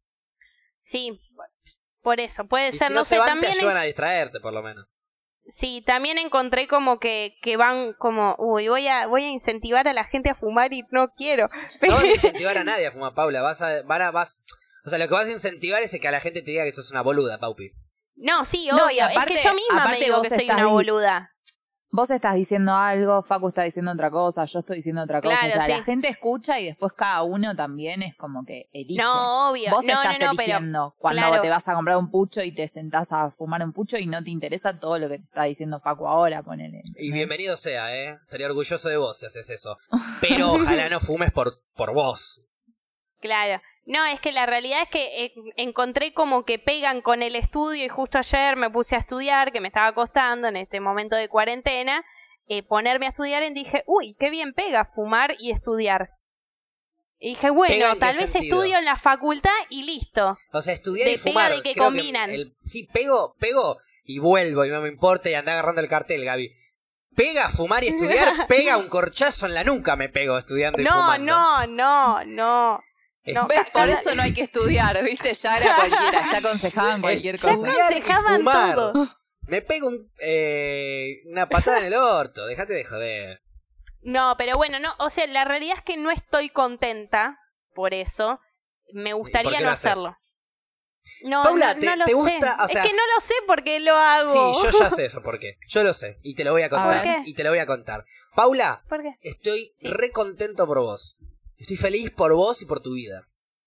Sí, por eso, puede Y ser, si no no se sé, van, también te ayudan a distraerte por lo menos. sí, también encontré como que van como, uy, voy a incentivar a la gente a fumar y no quiero. No vas a incentivar a nadie a fumar, Paula. O sea, lo que vas a incentivar es que a la gente te diga que sos una boluda, Paupi. No, sí, No, obvio, y aparte- es que yo misma me aparte digo vos que soy estás una ahí. boluda. Vos estás diciendo algo, Facu está diciendo otra cosa, yo estoy diciendo otra cosa. Claro, O sea, sí. la gente escucha y después cada uno también es como que elige. No, obvio. Vos no, estás no, pero eligiendo cuando claro. te vas a comprar un pucho y te sentás a fumar un pucho y no te interesa todo lo que te está diciendo Facu ahora, ponele. Y bienvenido sea, Estaría orgulloso de vos si haces eso. Pero ojalá no fumes por vos. Claro. No, es que la realidad es que encontré como que pegan con el estudio y justo ayer me puse a estudiar, que me estaba costando en este momento de cuarentena, ponerme a estudiar y dije, uy, qué bien pega fumar y estudiar. Y dije, ¿Pega bueno, en tal qué vez sentido? estudio en la facultad y listo. O sea, estudiar De y pega fumar. de que creo combinan. Sí, pego y vuelvo y no me importa y anda agarrando el cartel, Gaby. Pega, fumar y estudiar, pega un corchazo en la nuca me pego estudiando y No, fumando. no. No, ¿Ves? Por Cala- eso no hay que estudiar, ¿viste? Ya era cualquiera, ya aconsejaban cualquier cosa. Estudiar y aconsejaban fumar. todo. Me pego una patada en el orto, déjate de joder. No, pero bueno, no, o sea, la realidad es que no estoy contenta por eso. Me ¿Por gustaría qué no lo haces? hacerlo. No, Paula, no ¿te lo gusta? sé. O sea, es que no lo sé por qué lo hago. Sí, yo ya sé eso por qué. Yo lo sé. Y te lo voy a contar. ¿Por qué? Y te lo voy a contar. Paula, ¿Por qué? estoy Sí. re contento por vos. Estoy feliz por vos y por tu vida.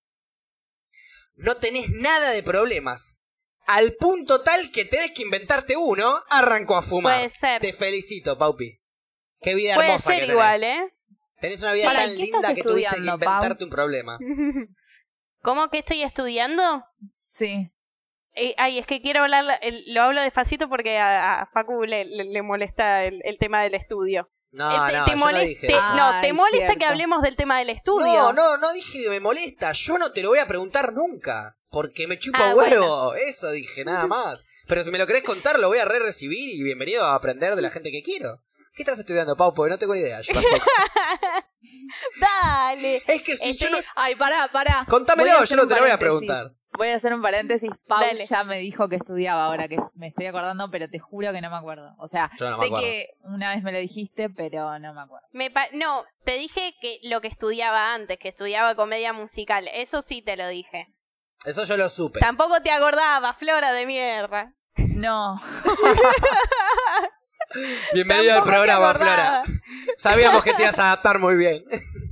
No tenés nada de problemas. Al punto tal que tenés que inventarte uno, arrancó a fumar. Puede ser. Te felicito, Paupi. Qué vida Puede hermosa ser que tenés. igual, ¿eh? Tenés una vida Pará, tan ¿y qué linda estás que tuviste que estudiando, Pau? inventarte un problema. ¿Cómo que estoy estudiando? Sí. Ay, es que quiero hablar, lo hablo despacito porque a Facu le molesta el tema del estudio. No, Te no, yo no molesta, dije eso. no, te Ay, molesta que cierto. hablemos del tema del estudio. No dije que me molesta. Yo no te lo voy a preguntar nunca. Porque me chupa Ah, huevo. Eso dije, nada más. Pero si me lo querés contar, lo voy a recibir y bienvenido a aprender de la gente que quiero. ¿Qué estás estudiando, Pau? Porque no tengo ni idea. Yo tampoco. Dale. Es que si yo no... Ay, pará. Contámelo, Voy a yo hacer no un te lo voy a paréntesis. preguntar. Voy a hacer un paréntesis. Pau Dale. ya me dijo que estudiaba ahora que me estoy acordando, pero te juro que no me acuerdo. O sea, Yo no me sé acuerdo. que una vez me lo dijiste, pero no me acuerdo. No, te dije que lo que estudiaba antes, que estudiaba comedia musical. Eso sí te lo dije. Eso yo lo supe. Tampoco te acordabas, Flora de mierda. No. Bienvenido al Tampoco te programa, acordabas. Flora. Sabíamos que te ibas a adaptar muy bien.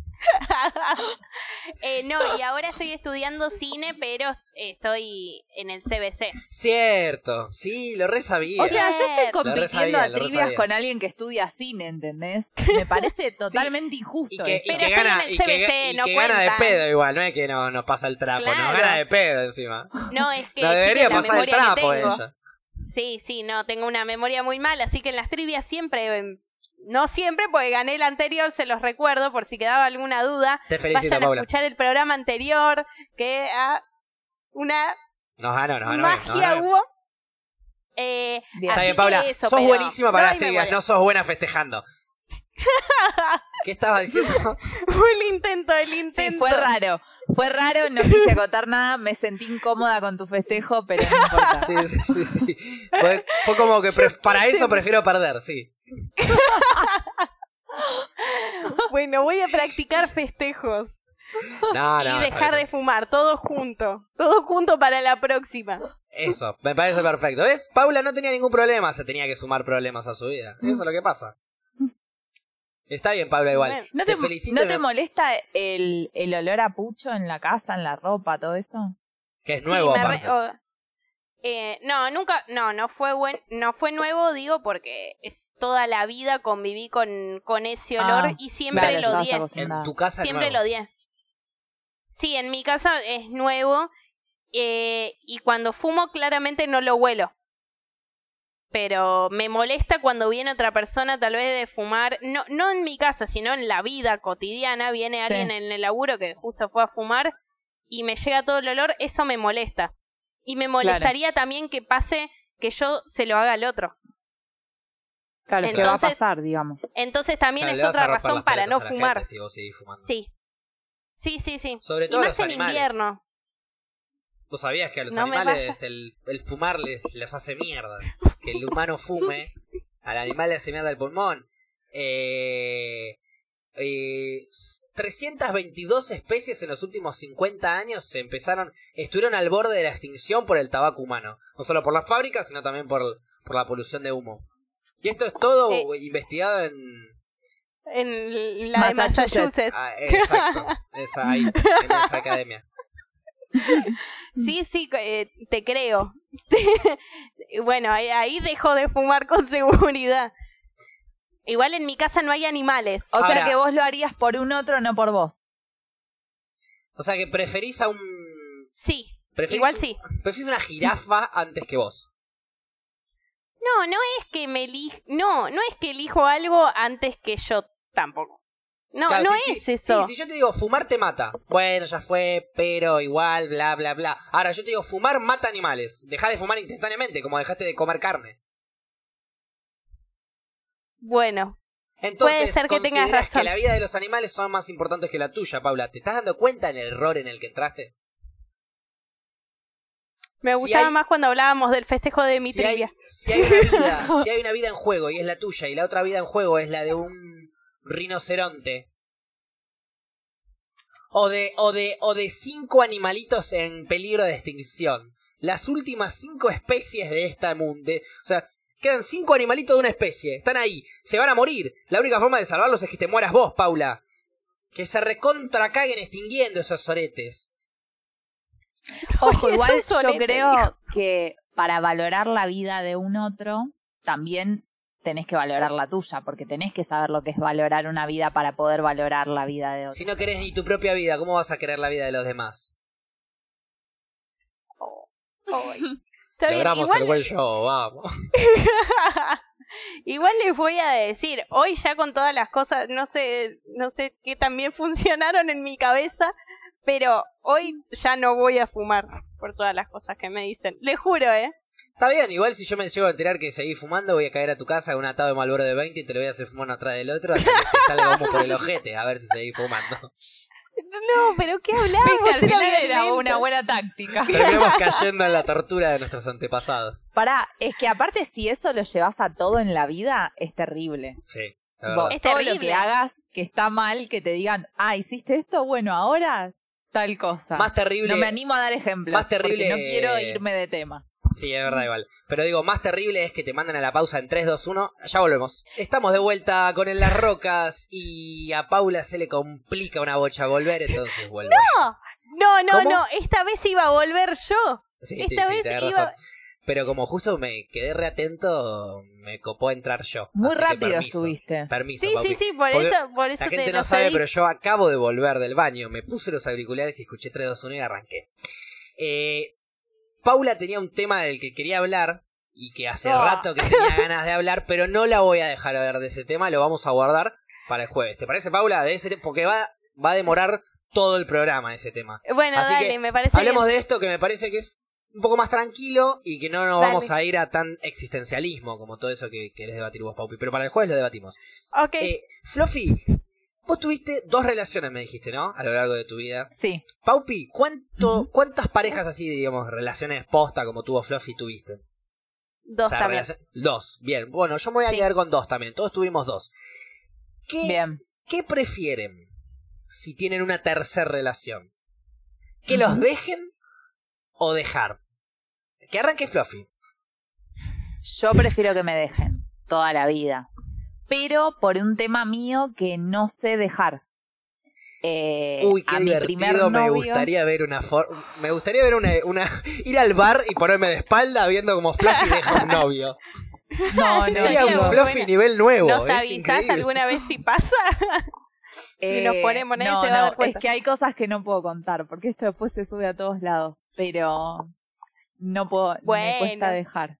No, y ahora estoy estudiando cine, pero estoy en el CBC. Cierto. Sí, lo re sabía. O sea, yo estoy Lo compitiendo sabía, a lo re trivias sabía. con alguien que estudia cine, ¿entendés? Me parece totalmente injusto. Y que, esto. y Pero que estoy gana, en el y que, CBC, y no que gana de cuentan. pedo igual, no es que no pasa el trapo, no, Claro. gana de pedo encima. No, es que No debería chica, la pasar el memoria que trapo tengo. ella. Sí, no, tengo una memoria muy mala, así que en las trivias siempre, no siempre, porque gané el anterior, se los recuerdo, por si quedaba alguna duda. Te felicito, Vayan a Paula. escuchar el programa anterior, que una Nos ganó bien, magia hubo. Bien. Está Así bien, que Paula. eso, Sos pero buenísima para no las hay trivias, memoria. no sos buena festejando. ¿Qué estabas diciendo? Fue el intento. Sí, fue raro, no quise acotar nada, me sentí incómoda con tu festejo, pero no importa. Sí. Fue como que para eso prefiero perder, sí. Bueno, voy a practicar festejos No, y dejar de fumar, todo junto para la próxima. Eso, me parece perfecto. ¿Ves? Paula no tenía ningún problema, se tenía que sumar problemas a su vida. Eso es lo que pasa. Está bien, Paula, igual. Bueno. ¿No te te, felicito. ¿no y te me- molesta el olor a pucho en la casa, en la ropa, todo eso? Que es nuevo, Sí, aparte. nunca, no fue nuevo, digo, porque es toda la vida conviví con ese olor Ah, y siempre claro, lo estabas odié. acostumbrada. En tu casa es Siempre nuevo. lo odié. Sí, en mi casa es nuevo y cuando fumo claramente no lo huelo. Pero me molesta cuando viene otra persona tal vez de fumar, no en mi casa, sino en la vida cotidiana, viene Sí. alguien en el laburo que justo fue a fumar y me llega todo el olor, eso me molesta. Y me molestaría también que pase que yo se lo haga al otro. Claro, es que va a Entonces- pasar, digamos. Entonces también Claro, es le vas a otra romper razón las para no pelotas a la fumar. gente si vos seguís fumando. Sí. Sí. Sobre Y todo más los en animales. invierno. ¿Vos sabías que a los No me animales vayas. el fumar les hace mierda? Que el humano fume, al animal le hace mierda el pulmón. 322 especies en los últimos 50 años estuvieron al borde de la extinción por el tabaco humano. No solo por las fábricas, sino también por la polución de humo. Y esto es todo investigado en... En la de Massachusetts. Exacto, ahí, en esa academia. Sí, te creo. Bueno, ahí dejo de fumar con seguridad. Igual en mi casa no hay animales. O sea Ahora- que vos lo harías por un otro, no por vos. O sea que preferís a un... Sí, preferís igual un- sí. Preferís una jirafa antes que vos. No es que no es que elijo algo antes que yo tampoco. No, Claro, no si- es si- eso. Sí, si yo te digo fumar te mata. Bueno, ya fue, pero igual, bla, bla, bla. Ahora, yo te digo fumar mata animales. Dejá de fumar instantáneamente, como dejaste de comer carne. Bueno, Entonces, puede ser que tengas considerás razón. que la vida de los animales son más importantes que la tuya, Paula. ¿Te estás dando cuenta del error en el que entraste? me Si gustaba hay- más cuando hablábamos del festejo de mi si hay, trivia. si hay una vida, si hay una vida en juego y es la tuya, y la otra vida en juego es la de un rinoceronte, o de 5 animalitos en peligro de extinción, las últimas 5 especies de esta mundo, o sea, quedan 5 animalitos de una especie, están ahí, se van a morir. La única forma de salvarlos es que te mueras vos, Paula. Que se recontra caguen extinguiendo esos soretes. Ojo, Oye, igual es un yo sorete, creo dijo. que para valorar la vida de un otro, también tenés que valorar la tuya, porque tenés que saber lo que es valorar una vida para poder valorar la vida de otro. Si no querés ni tu propia vida, ¿cómo vas a querer la vida de los demás? Ay, está bien, Logramos igual, el buen show, vamos. igual les voy a decir, hoy ya con todas las cosas, no sé qué también funcionaron en mi cabeza, pero hoy ya no voy a fumar por todas las cosas que me dicen. Les juro, Está bien, igual si yo me llego a enterar que seguís fumando, voy a caer a tu casa con un atado de Marlboro de 20 y te lo voy a hacer fumar uno atrás del otro hasta que te salga humo por el ojete, a ver si seguís fumando. No, pero ¿qué hablamos? Viste, al final era violento. una buena táctica. Terminamos cayendo en la tortura de nuestros antepasados. Pará, es que aparte si eso lo llevas a todo en la vida, es terrible. Sí, la Tipo, verdad. Es todo terrible. lo que hagas que está mal, que te digan, ¿hiciste esto? Bueno, ahora tal cosa. Más terrible. No me animo a dar ejemplos, más terrible- porque no quiero irme de tema. Sí, es verdad igual. Pero digo, más terrible es que te manden a la pausa en 3, 2, 1. Ya volvemos. Estamos de vuelta con En las Rocas y a Paula se le complica una bocha volver, entonces vuelvo. No, ¿Cómo? esta vez iba a volver yo. Sí, Esta vez tenés iba- razón. Pero como justo me quedé reatento, me copó entrar yo. Muy Así que rápido permiso. Permiso, Sí, Paupi. sí, sí, por Porque eso La te gente lo no sabe, cedí. pero yo acabo de volver del baño. Me puse los auriculares y escuché 3, 2, 1 y arranqué. Paula tenía un tema del que quería hablar y que hace Oh. rato que tenía ganas de hablar, pero no la voy a dejar hablar de ese tema, lo vamos a guardar para el jueves. ¿Te parece, Paula? Porque va a demorar todo el programa ese tema. Bueno, Así dale, que me parece Hablemos bien. de esto que me parece que es un poco más tranquilo y que no nos Dale. vamos a ir a tan existencialismo como todo eso que querés debatir vos, Paupi. Pero para el jueves lo debatimos. Ok. Fluffy, vos tuviste 2 relaciones, me dijiste, ¿no? A lo largo de tu vida. Sí. Paupi, ¿cuántas parejas así, digamos, relaciones posta como tuvo Fluffy tuviste? 2 O sea, también. 2, bien. Bueno, yo me voy a Sí. quedar con 2 también. Todos tuvimos 2. Bien. ¿Qué prefieren si tienen una tercera relación? ¿Que los dejen o dejar? Que arranque Fluffy. Yo prefiero que me dejen toda la vida. Pero por un tema mío que no sé dejar. Uy, qué a mi primer divertido. Me novio. gustaría ver me gustaría ver una ir al bar y ponerme de espalda viendo como Fluffy deja un novio. No, no. Sería un chicos, Fluffy bueno. nivel nuevo. ¿Nos es avisás increíble. alguna vez si pasa? Y nos ponemos, nadie no, se va a dar no, cuenta. es que hay cosas que no puedo contar, porque esto después se sube a todos lados, pero no puedo, Bueno. me cuesta dejar.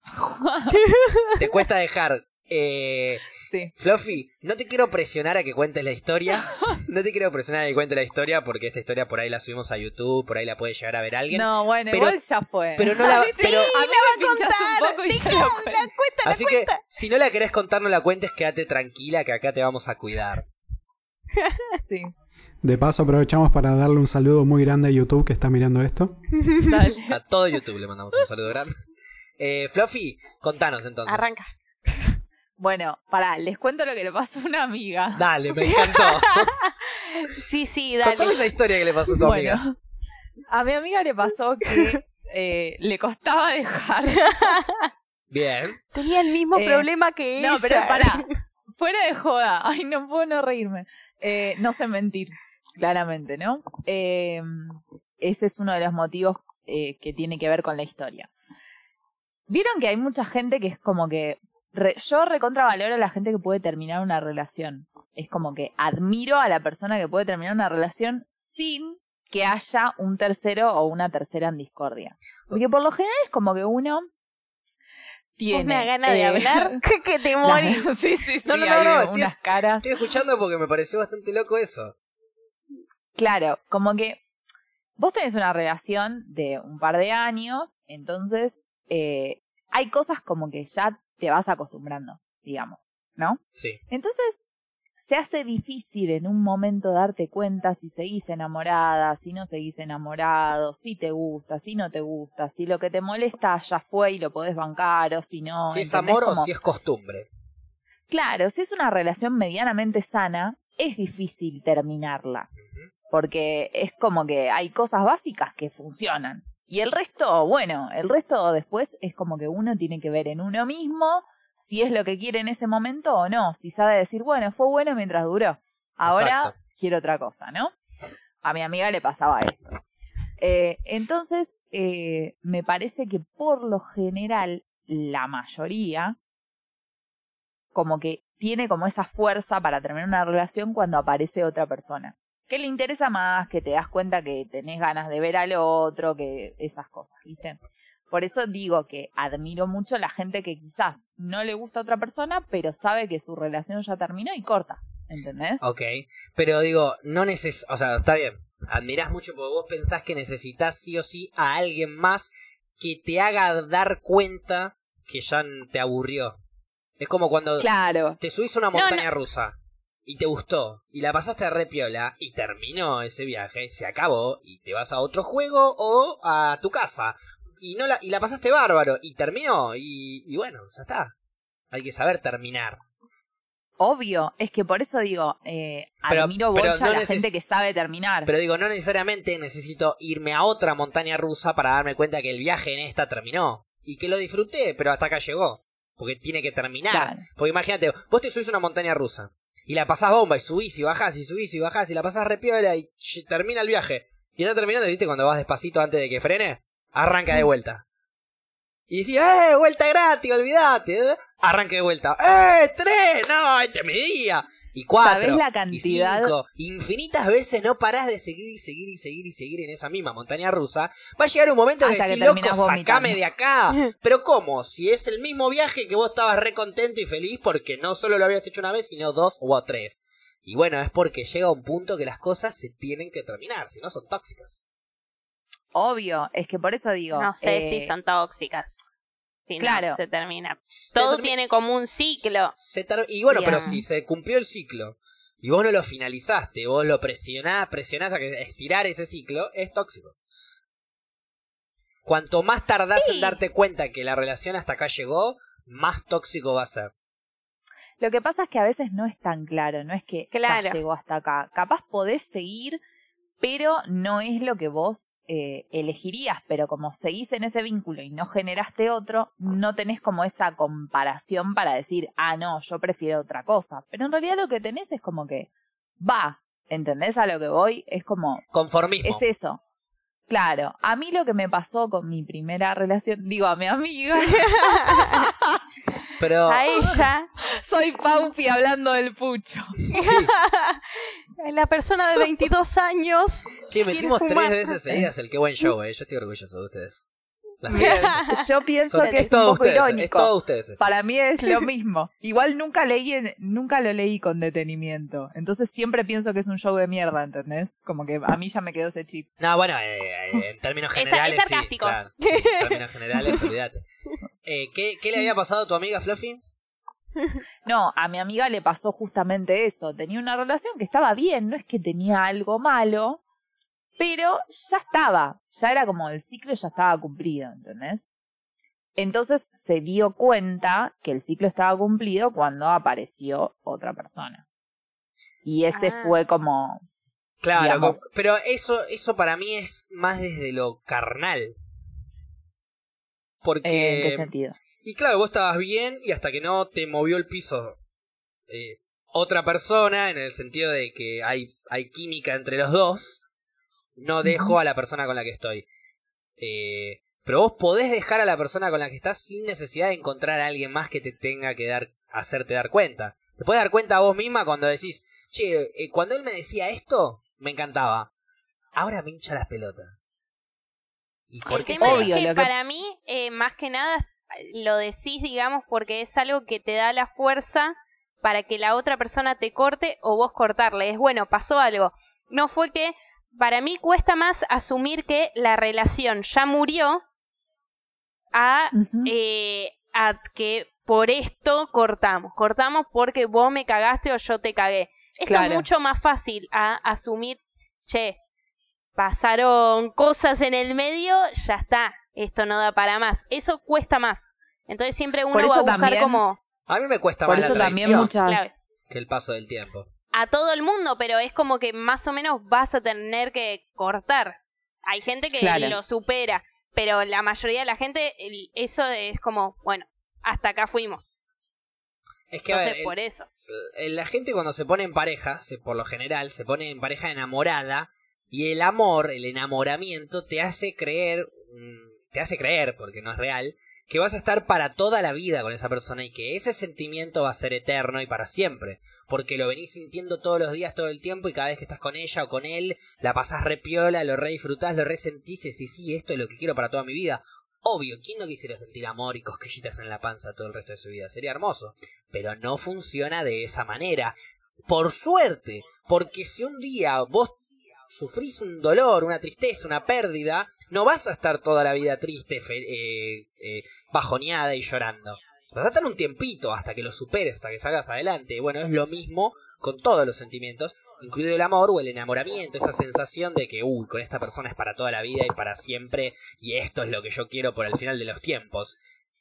Te cuesta dejar. Sí. Fluffy, no te quiero presionar a que cuentes la historia. No te quiero presionar a que cuentes la historia porque esta historia por ahí la subimos a YouTube, por ahí la puede llegar a ver alguien. No, bueno, Pero- igual ya fue. pero no la- ¿Viste? pero- a mí me pinchás contar, un poco y ya déjala, lo cuento. la Así cuenta. que si no la querés contar, no la cuentes, quédate tranquila que acá te vamos a cuidar. Sí, De paso aprovechamos para darle un saludo muy grande a YouTube que está mirando esto. dale. A todo YouTube le mandamos un saludo grande. Fluffy, contanos entonces. Arranca. Bueno, pará, les cuento lo que le pasó a una amiga. Dale, me encantó. Sí, dale. Contame esa historia que le pasó a tu amiga. Bueno, a mi amiga le pasó que le costaba dejar. Bien. Tenía el mismo Eh, problema que ella. No, pero pará, fuera de joda. Ay, no puedo no reírme. No sé mentir, claramente, ¿no? Ese es uno de los motivos que tiene que ver con la historia. Vieron que hay mucha gente que es como que... yo recontravaloro a la gente que puede terminar una relación. Es como que admiro a la persona que puede terminar una relación sin que haya un tercero o una tercera en discordia. Porque por lo general es como que uno tiene. Me da ganas de hablar que te morís. Sí, No, hay estoy- unas caras. Estoy escuchando porque me pareció bastante loco eso. Claro, como que vos tenés una relación de un par de años, entonces hay cosas como que ya te vas acostumbrando, digamos, ¿no? Sí. Entonces se hace difícil en un momento darte cuenta si seguís enamorada, si no seguís enamorado, si te gusta, si no te gusta, si lo que te molesta ya fue y lo podés bancar o si no. Si es ¿entendés? amor Como, o si es costumbre. claro, si es una relación medianamente sana, es difícil terminarla. Porque es como que hay cosas básicas que funcionan. Y el resto, bueno, el resto después es como que uno tiene que ver en uno mismo si es lo que quiere en ese momento o no. Si sabe decir, bueno, fue bueno mientras duró. Ahora Exacto. quiero otra cosa, ¿no? A mi amiga le pasaba esto. Entonces, me parece que por lo general, la mayoría, como que tiene como esa fuerza para terminar una relación cuando aparece otra persona. Que le interesa más, que te das cuenta que tenés ganas de ver al otro, que esas cosas, ¿viste? Por eso digo que admiro mucho a la gente que quizás no le gusta a otra persona, pero sabe que su relación ya terminó y corta, ¿entendés? Ok, pero digo, no o sea, está bien, admirás mucho porque vos pensás que necesitas sí o sí a alguien más que te haga dar cuenta que ya te aburrió. Es como cuando Claro, te subís a una montaña rusa y te gustó y la pasaste re piola y terminó ese viaje, se acabó y te vas a otro juego o a tu casa y la pasaste bárbaro y terminó y bueno, ya está. Hay que saber terminar. obvio, es que por eso digo, admiro pero bocha no a la gente que sabe terminar. Pero digo, no necesariamente necesito irme a otra montaña rusa para darme cuenta que el viaje en esta terminó. Y que lo disfruté, pero hasta acá llegó. Porque tiene que terminar. Claro. Porque imagínate, vos te subís a una montaña rusa. Y la pasás bomba, y subís y bajás, y subís y bajás, y la pasás re piola, y termina el viaje. Y está terminando, ¿viste? Cuando vas despacito antes de que frene, arranca de vuelta. Y decís, vuelta gratis, olvídate. Arranque de vuelta. ¡Tren! ¡No, este es mi día! Y 4, ¿Sabés la cantidad? y 5, infinitas veces no parás de seguir y seguir y seguir y seguir en esa misma montaña rusa. Va a llegar un momento Hasta que que decís, loco, terminás vomitando. sacame de acá. Pero ¿cómo? Si es el mismo viaje que vos estabas re contento y feliz porque no solo lo habías hecho una vez, sino 2 o 3. Y bueno, es porque llega un punto que las cosas se tienen que terminar, si no son tóxicas. Obvio, es que por eso digo. No sé si son tóxicas. Si Claro. no, se termina. Todo tiene como un ciclo. Y bueno, Bien. pero si se cumplió el ciclo y vos no lo finalizaste, vos lo presionás a que estirar ese ciclo, es tóxico. Cuanto más tardás en darte cuenta que la relación hasta acá llegó, más tóxico va a ser. Lo que pasa es que a veces no es tan claro, no es que Claro. ya llegó hasta acá. Capaz podés seguir, pero no es lo que vos elegirías. Pero como seguís en ese vínculo y no generaste otro, no tenés como esa comparación para decir, no, yo prefiero otra cosa. Pero en realidad lo que tenés es como que va, ¿entendés a lo que voy? Es como, Conformismo. es eso. Claro, a mí lo que me pasó con mi primera relación, digo a mi amiga, Pero A ella, soy Paupi hablando del pucho. la persona de 22 años. che, metimos ¿Quieres 3 fumar? veces seguidas el qué buen show, Yo estoy orgulloso de ustedes. Las Bien, miras. yo pienso Son- que es un todo poco ustedes, irónico. Es todo ustedes. esto. Para mí es lo mismo. Igual nunca lo leí con detenimiento. Entonces siempre pienso que es un show de mierda, ¿entendés? Como que a mí ya me quedó ese chip. No, bueno, en términos generales es sí, sarcástico. claro. En términos generales, olvídate. ¿Qué le había pasado a tu amiga Fluffy? No, a mi amiga le pasó justamente eso. Tenía una relación que estaba bien, no es que tenía algo malo, pero ya estaba. Ya era como el ciclo ya estaba cumplido, ¿entendés? Entonces se dio cuenta que el ciclo estaba cumplido cuando apareció otra persona. Y ese fue como... Claro, digamos. pero eso para mí es más desde lo carnal. Porque... ¿En qué sentido? Y claro, vos estabas bien y hasta que no te movió el piso otra persona, en el sentido de que hay química entre los dos, no dejo a la persona con la que estoy. Pero vos podés dejar a la persona con la que estás sin necesidad de encontrar a alguien más que te tenga que hacerte dar cuenta. Te podés dar cuenta a vos misma cuando decís, che, cuando él me decía esto, me encantaba. Ahora me hincha las pelotas. ¿Y por El qué tema será? Obvio, es que lo que- para mí, más que nada, lo decís, digamos, porque es algo que te da la fuerza para que la otra persona te corte o vos cortarle. Es bueno, pasó algo. No fue que, para mí cuesta más asumir que la relación ya murió a que por esto cortamos. Cortamos porque vos me cagaste o yo te cagué. Eso es mucho más fácil a asumir, che, pasaron cosas en el medio, ya está, esto no da para más. Eso cuesta más. Entonces siempre uno va a buscar también, como... A mí me cuesta por más eso la también traición muchas... que el paso del tiempo. A todo el mundo, pero es como que más o menos vas a tener que cortar. Hay gente que lo supera, pero la mayoría de la gente, eso es como, bueno, hasta acá fuimos. Es que, entonces, a ver, por eso. La gente cuando se pone en pareja, por lo general, se pone en pareja enamorada, y el amor, el enamoramiento, te hace creer, porque no es real, que vas a estar para toda la vida con esa persona y que ese sentimiento va a ser eterno y para siempre, porque lo venís sintiendo todos los días, todo el tiempo, y cada vez que estás con ella o con él, la pasás re piola, lo re disfrutás, lo re sentís, y sí, esto es lo que quiero para toda mi vida. Obvio, ¿quién no quisiera sentir amor y cosquillitas en la panza todo el resto de su vida? Sería hermoso, pero no funciona de esa manera. Por suerte, porque si un día vos sufrís un dolor, una tristeza, una pérdida, no vas a estar toda la vida triste, bajoneada y llorando. Vas a estar un tiempito hasta que lo superes, hasta que salgas adelante. Bueno, es lo mismo con todos los sentimientos, incluido el amor o el enamoramiento, esa sensación de que, con esta persona es para toda la vida y para siempre, y esto es lo que yo quiero por el final de los tiempos.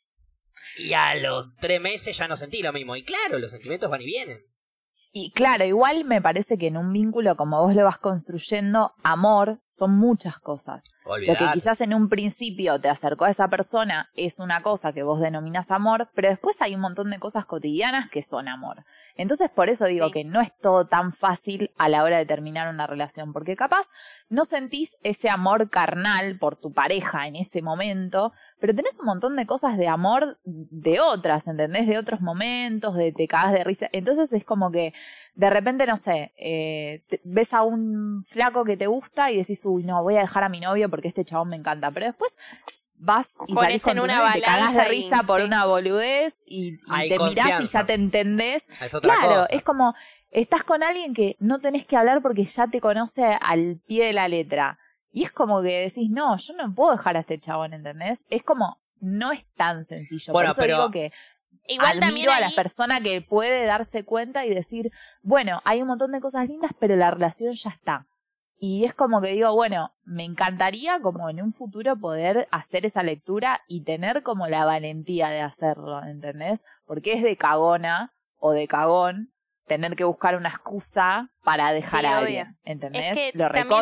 Y a los 3 meses ya no sentí lo mismo. Y claro, los sentimientos van y vienen. Y claro, igual me parece que en un vínculo, como vos lo vas construyendo, amor son muchas cosas. Olvidar. Lo que quizás en un principio te acercó a esa persona es una cosa que vos denominás amor, pero después hay un montón de cosas cotidianas que son amor. Entonces por eso digo que no es todo tan fácil a la hora de terminar una relación, porque capaz no sentís ese amor carnal por tu pareja en ese momento, pero tenés un montón de cosas de amor de otras, ¿entendés? De otros momentos, de te cagás de risa. Entonces es como que de repente, no sé, ves a un flaco que te gusta y decís, uy, no, voy a dejar a mi novio porque este chabón me encanta. Pero después vas y salís con tu novio y te cagás de risa por una boludez y te mirás y ya te entendés. Es otra claro, cosa. es como, estás con alguien que no tenés que hablar porque ya te conoce al pie de la letra. Y es como que decís, no, yo no puedo dejar a este chabón, ¿entendés? Es como, no es tan sencillo. Bueno, por eso pero... digo que igual admiro a la persona que puede darse cuenta y decir, bueno, hay un montón de cosas lindas, pero la relación ya está. Y es como que digo, bueno, me encantaría como en un futuro poder hacer esa lectura y tener como la valentía de hacerlo, ¿entendés? Porque es de cagona o de cagón tener que buscar una excusa para dejar a alguien, ¿entendés? Es que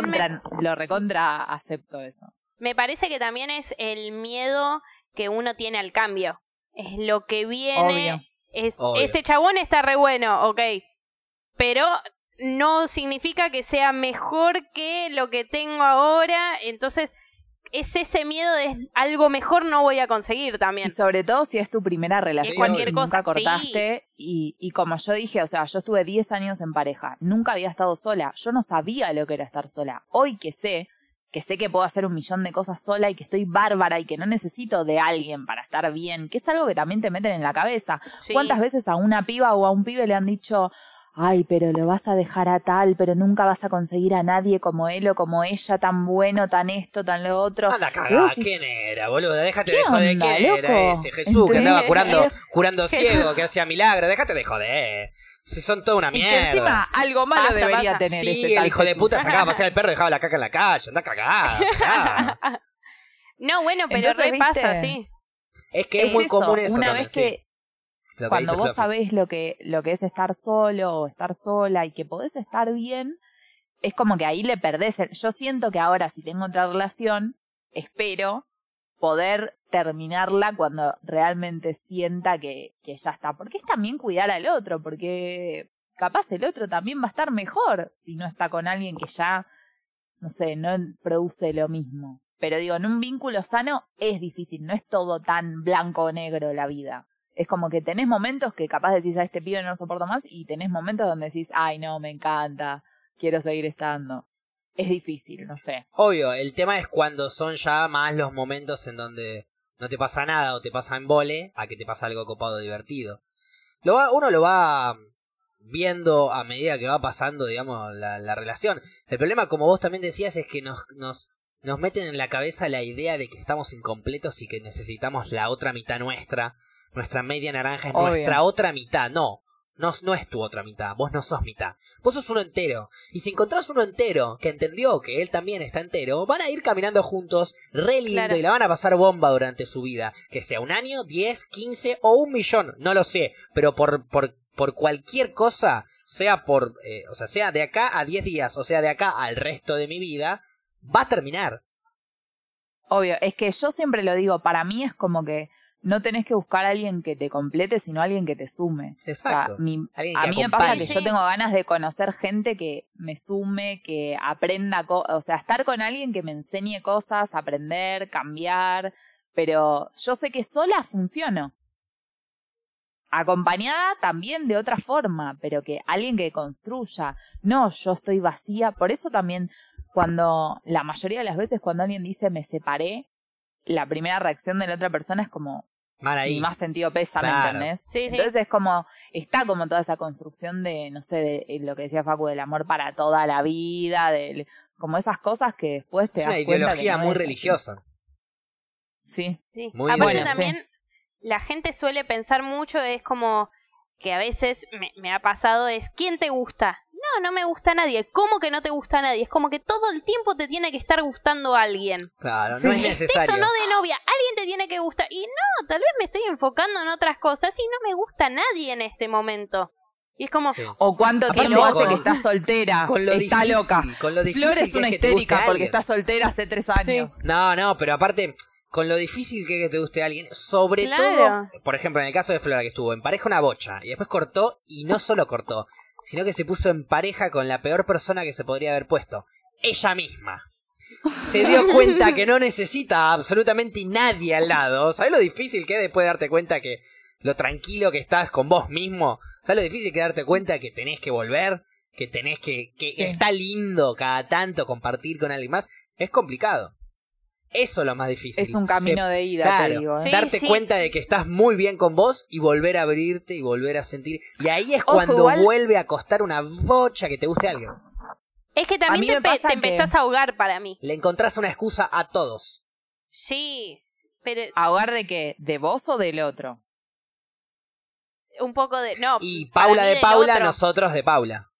lo recontra acepto eso. Me parece que también es el miedo que uno tiene al cambio. Es lo que viene. Obvio. Obvio. Este chabón está re bueno, ok. Pero no significa que sea mejor que lo que tengo ahora. Entonces, es ese miedo de algo mejor no voy a conseguir también. Y sobre todo si es tu primera relación, cualquier nunca cosa, cortaste. Sí. Y como yo dije, o sea, yo estuve 10 años en pareja. Nunca había estado sola. Yo no sabía lo que era estar sola. Hoy que sé que puedo hacer un millón de cosas sola y que estoy bárbara y que no necesito de alguien para estar bien, que es algo que también te meten en la cabeza. Sí. ¿Cuántas veces a una piba o a un pibe le han dicho, ay, pero lo vas a dejar a tal, pero nunca vas a conseguir a nadie como él o como ella, tan bueno, tan esto, tan lo otro? Anda cagá, ¿quién era, boludo? Déjate de ¿Qué joder, onda, ¿quién era loco? ese Jesús que andaba ¿Entendés? curando ciego, que hacía milagros? Déjate de joder. Si son toda una Y mierda. que encima algo malo debería tener sí, ese tal el hijo de Jesús. puta sacaba a pasear al perro y dejaba la caca en la calle. Anda cagada. No, bueno, pero Entonces, repasa, sí. Es que es muy eso, común eso una también, vez que sí. cuando dice vos Fluffy. sabés lo que es estar solo o estar sola y que podés estar bien, es como que ahí le perdés. Yo siento que ahora si tengo otra relación, espero poder terminarla cuando realmente sienta que ya está. Porque es también cuidar al otro, porque capaz el otro también va a estar mejor si no está con alguien que ya, no sé, no produce lo mismo. Pero digo, en un vínculo sano es difícil, no es todo tan blanco o negro la vida. Es como que tenés momentos que capaz decís, a este pibe no lo soporto más, y tenés momentos donde decís, ay no, me encanta, quiero seguir estando. Es difícil, no sé. Obvio, el tema es cuando son ya más los momentos en donde no te pasa nada o te pasa en vole a que te pasa algo copado divertido. Uno lo va viendo a medida que va pasando, digamos, la relación. El problema, como vos también decías, es que nos meten en la cabeza la idea de que estamos incompletos y que necesitamos la otra mitad nuestra media naranja es Obvio. nuestra otra mitad. No es tu otra mitad, vos no sos mitad. Vos sos uno entero. Y si encontrás uno entero que entendió que él también está entero, van a ir caminando juntos re lindo Claro. y la van a pasar bomba durante su vida. Que sea 1 año, 10, 15 o 1 millón, no lo sé. Pero por cualquier cosa, sea sea de acá a 10 días, o sea de acá al resto de mi vida, va a terminar. Obvio, es que yo siempre lo digo, para mí es como que no tenés que buscar a alguien que te complete, sino a alguien que te sume. Exacto. O sea, Alguien a que mí me pasa acompañe. que yo tengo ganas de conocer gente que me sume, que aprenda, o sea, estar con alguien que me enseñe cosas, aprender, cambiar, pero yo sé que sola funciono. Acompañada también de otra forma, pero que alguien que construya. No, yo estoy vacía. Por eso también la mayoría de las veces cuando alguien dice me separé, la primera reacción de la otra persona es como Mal ahí. ni más sentido pesa, ¿me Claro. entendés? Sí, sí. Entonces es como, está como toda esa construcción de, no sé, de lo que decía Facu, del amor para toda la vida, como esas cosas que después te Es das una cuenta ideología que no muy es así. religiosa. Sí. Sí. Muy Aparte bueno, también, la gente suele pensar mucho, es como que a veces me ha pasado, es ¿quién te gusta? No me gusta nadie. ¿Cómo que no te gusta nadie? Es como que todo el tiempo te tiene que estar gustando alguien. Claro, Sí. no es Estés necesario. o no de novia, alguien te tiene que gustar. Y no, tal vez me estoy enfocando en otras cosas y no me gusta nadie en este momento. Y es como, Sí. O cuánto Aparte tiempo hace con- que está soltera, con lo está difícil, loca. con lo difícil Flor es que una es que te guste histérica porque alguien. está soltera hace 3 años. No, pero aparte, con lo difícil que es que te guste alguien, sobre Claro. todo, por ejemplo, en el caso de Flora, que estuvo en pareja una bocha, y después cortó, y no solo cortó, sino que se puso en pareja con la peor persona que se podría haber puesto, ella misma. Se dio cuenta que no necesita absolutamente nadie al lado. ¿Sabes lo difícil que es después de darte cuenta que lo tranquilo que estás con vos mismo? ¿Sabes lo difícil que es darte cuenta que tenés que volver? Que tenés que Sí. está lindo cada tanto compartir con alguien más. Es complicado. Eso es lo más difícil. Es un camino de ida, claro, te digo. Sí, darte sí. cuenta de que estás muy bien con vos y volver a abrirte y volver a sentir. Y ahí es Ojo, cuando igual- vuelve a costar una bocha que te guste alguien. es que A mí también me pasa te empezás a ahogar para mí. Le encontrás una excusa a todos. Sí, pero ¿Ahogar de qué? ¿De vos o del otro? un poco de... No, Y para Paula mí de del Paula, otro. nosotros de Paula.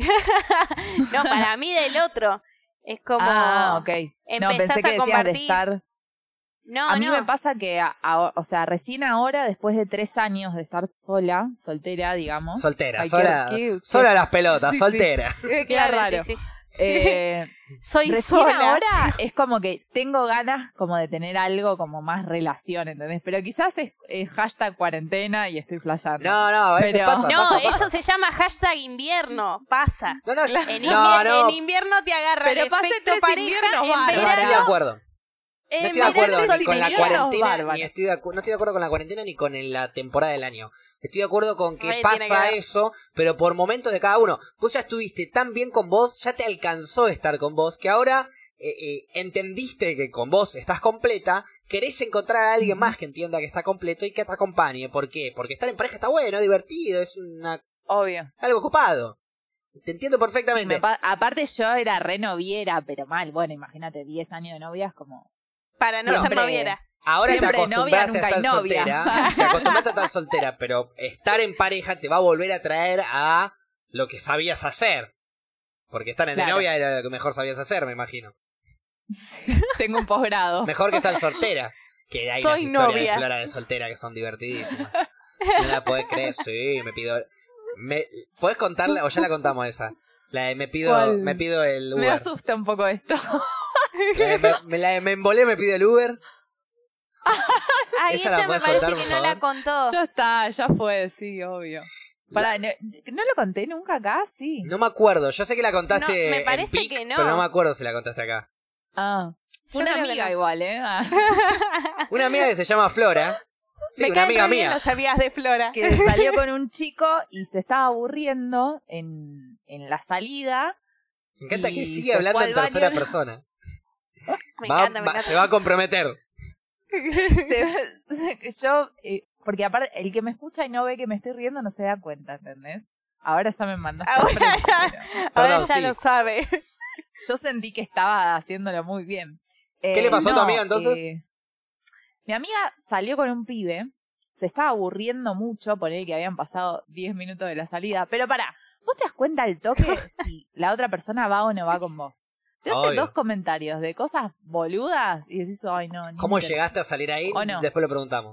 No, para mí del otro. Es como... Ah, ok. No, empezás pensé que a decías de compartir. estar... No, A mí no. me pasa que, o sea, recién ahora, después de 3 años de estar sola, soltera, digamos. Soltera, Ay, sola las pelotas, Sí, sí. soltera. Claro, raro. sí, sí. Eh, Soy recién sola. ahora es como que tengo ganas como de tener algo como más relación, ¿entendés? Pero quizás es hashtag cuarentena y estoy flasheando. No, a veces Pero- pasa. No, pasa. eso se llama hashtag invierno. Pasa. No, En invierno te agarra Pero el pasé efecto 3 pareja. inviernos En bárbaros. no estoy de verano, acuerdo. No en estoy de acuerdo verano ni con la soltera. cuarentena, bárbaro. no estoy de acuerdo con la cuarentena ni con la temporada del año. Estoy de acuerdo con que Re tiene que pasa ver. eso, pero por momentos de cada uno. Vos ya estuviste tan bien con vos, ya te alcanzó estar con vos, que ahora entendiste que con vos estás completa, querés encontrar a alguien más que entienda que está completo y que te acompañe. ¿Por qué? Porque estar en pareja está bueno, es divertido, es Obvio. algo copado. Te entiendo Sí, perfectamente. aparte yo era re noviera, pero mal. Bueno, imagínate, 10 años de novia es como... Para no ser Siempre. noviera. Ahora te Siempre novia, acostumbraste a nunca estar hay novia. soltera. Te acostumbraste a estar soltera, pero estar en pareja te va a volver a traer a lo que sabías hacer. Porque estar en de Claro. novia era lo que mejor sabías hacer, me imagino. Tengo un posgrado. Mejor que estar soltera. Que hay Soy unas historias novia. de Flora de soltera que son divertidísimas. No la podés creer, sí, me pido... ¿Podés contarla o ya la contamos esa? La de me pido el Me Uber. asusta un poco esto. La de me embolé, me pido el Uber. Ay, ¿Esa la esa me podés parece contar, que por no favor? la contó. Ya está, ya fue, sí, obvio. Pará, ¿no lo conté nunca acá? Sí. No me acuerdo, yo sé que la contaste No, me en parece Pic, que no. pero no me acuerdo si la contaste acá. Ah, fue Yo una creo que amiga no. igual, ¿eh? Ah, Una amiga que se llama Flora. Sí, Me una caen amiga re bien mía. las amigas de Flora. que salió con un chico y se estaba aburriendo en la salida. Me encanta que y sigue se hablando fue en al tercera baño. persona. Me encanta, me encanta. Se va a comprometer. Yo, porque aparte, el que me escucha y no ve que me estoy riendo no se da cuenta, ¿entendés? Ahora ya me mandaste al Ahora frente, ya, pero ahora no, ya sí. lo sabe. yo sentí que estaba haciéndolo muy bien. ¿Qué le pasó a tu amiga, entonces? Mi amiga salió con un pibe, se estaba aburriendo mucho, poner que habían pasado 10 minutos de la salida, pero pará, ¿vos te das cuenta al toque si la otra persona va o no va con vos? Te hace Obvio. 2 comentarios de cosas boludas y decís, ay no. ni ¿Cómo me interesa. llegaste a salir ahí? ¿O no? Después lo preguntamos.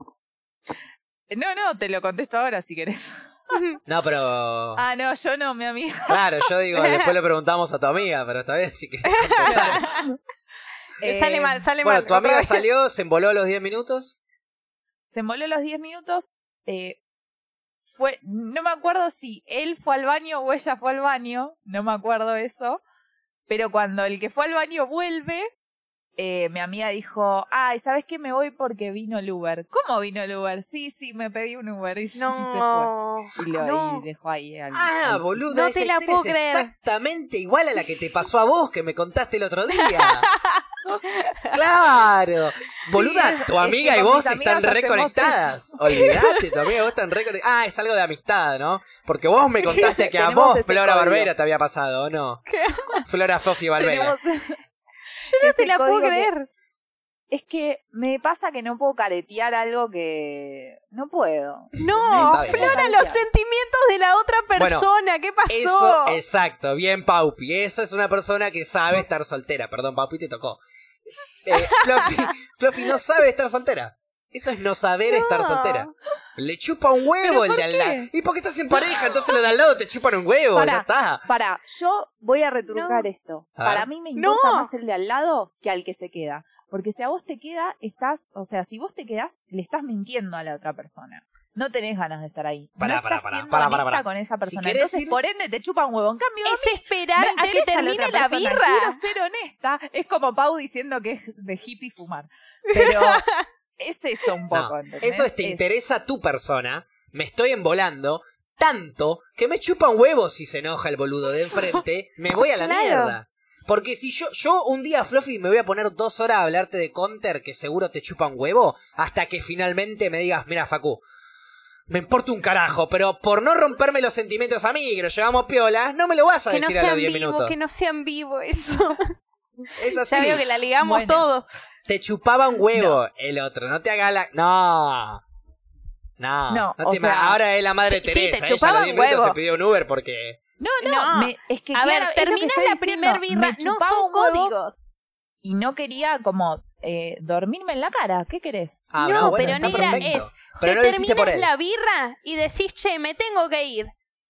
No, te lo contesto ahora si querés. No, pero... Ah, no, yo no, mi amiga. Claro, yo digo, después le preguntamos a tu amiga, pero está bien si querés contestar. Sale mal, sale Bueno, mal. tu otra amiga vez. salió, se emboló a los 10 minutos. Se emboló los 10 minutos. No me acuerdo si él fue al baño o ella fue al baño. No me acuerdo eso. Pero cuando el que fue al baño vuelve, mi amiga dijo, ay, ¿sabes qué? Me voy porque vino el Uber. ¿Cómo vino el Uber? Sí, me pedí un Uber y se fue. No, Y dejó ahí al Ah, al boluda, No esa te la historia puedo es creer. exactamente igual a la que te pasó a vos, que me contaste el otro día. Claro. Boluda, tu es amiga que y con vos mis están amigas hacemos reconectadas. Olvídate, tu amiga y vos están reconectadas. Ah, es algo de amistad, ¿no? Porque vos me contaste que a tenemos vos, ese Flora código. Barbera, te había pasado, ¿o no? Flora Fofi Barbera. Tenemos Yo no ese te la puedo código que- creer. Es que me pasa que no puedo caretear algo que... No puedo. No, Está bien. Flora, los sentimientos de la otra persona. ¿Qué pasó? Eso, exacto, bien Paupi. Eso es una persona que sabe estar soltera. Perdón, Paupi, te tocó. Fluffy no sabe estar soltera. Eso es no saber estar soltera. Le chupa un huevo ¿Pero el por de al qué? lado. ¿Y por qué estás en pareja? Entonces los de al lado te chupan un huevo. Pará, Ya está. Pará, yo voy a retrucar esto. A ver. Para mí me importa No. más el de al lado que al que se queda. Porque si a vos te queda, si vos te quedás, le estás mintiendo a la otra persona. No tenés ganas de estar ahí. Pará, no pará, estás pará, siendo pará, honesta pará. con esa persona. querés Entonces, ir- por ende, te chupa un huevo. En cambio, a mí Es esperar me a que interesa termine otra la persona. birra. Quiero ser honesta. Es como Pau diciendo que es de hippie fumar. Pero es eso un poco, No, ¿entendés? eso es, te interesa tu persona. Me estoy embolando tanto que me chupa un huevo si se enoja el boludo de enfrente. Me voy a la Claro. mierda. Porque si yo un día, Fluffy, me voy a poner 2 horas a hablarte de Counter que seguro te chupa un huevo, hasta que finalmente me digas, mira, Facu, me importa un carajo, pero por no romperme los sentimientos a mí, que nos llevamos piola, no me lo vas a Que no decir a los sean 10 vivos, minutos. que no sean vivos eso. Es así. Ya veo que la ligamos Bueno. todos. Te chupaba un huevo el otro, no te hagas la... No, No, te o sea, ahora es la madre sí, sí, Teresa. te Ella a chupaba los 10 un minutos huevo. se pidió un Uber porque... No. es que A claro, ver, es lo que terminas estoy la diciendo. primer birra. Me No chupaba son un huevo códigos. y no quería como dormirme en la cara. ¿Qué querés? Ah, No, bueno, pero está negra perfecto. es, Pero te no lo hiciste por terminas él. la birra y decís, che, me tengo que ir.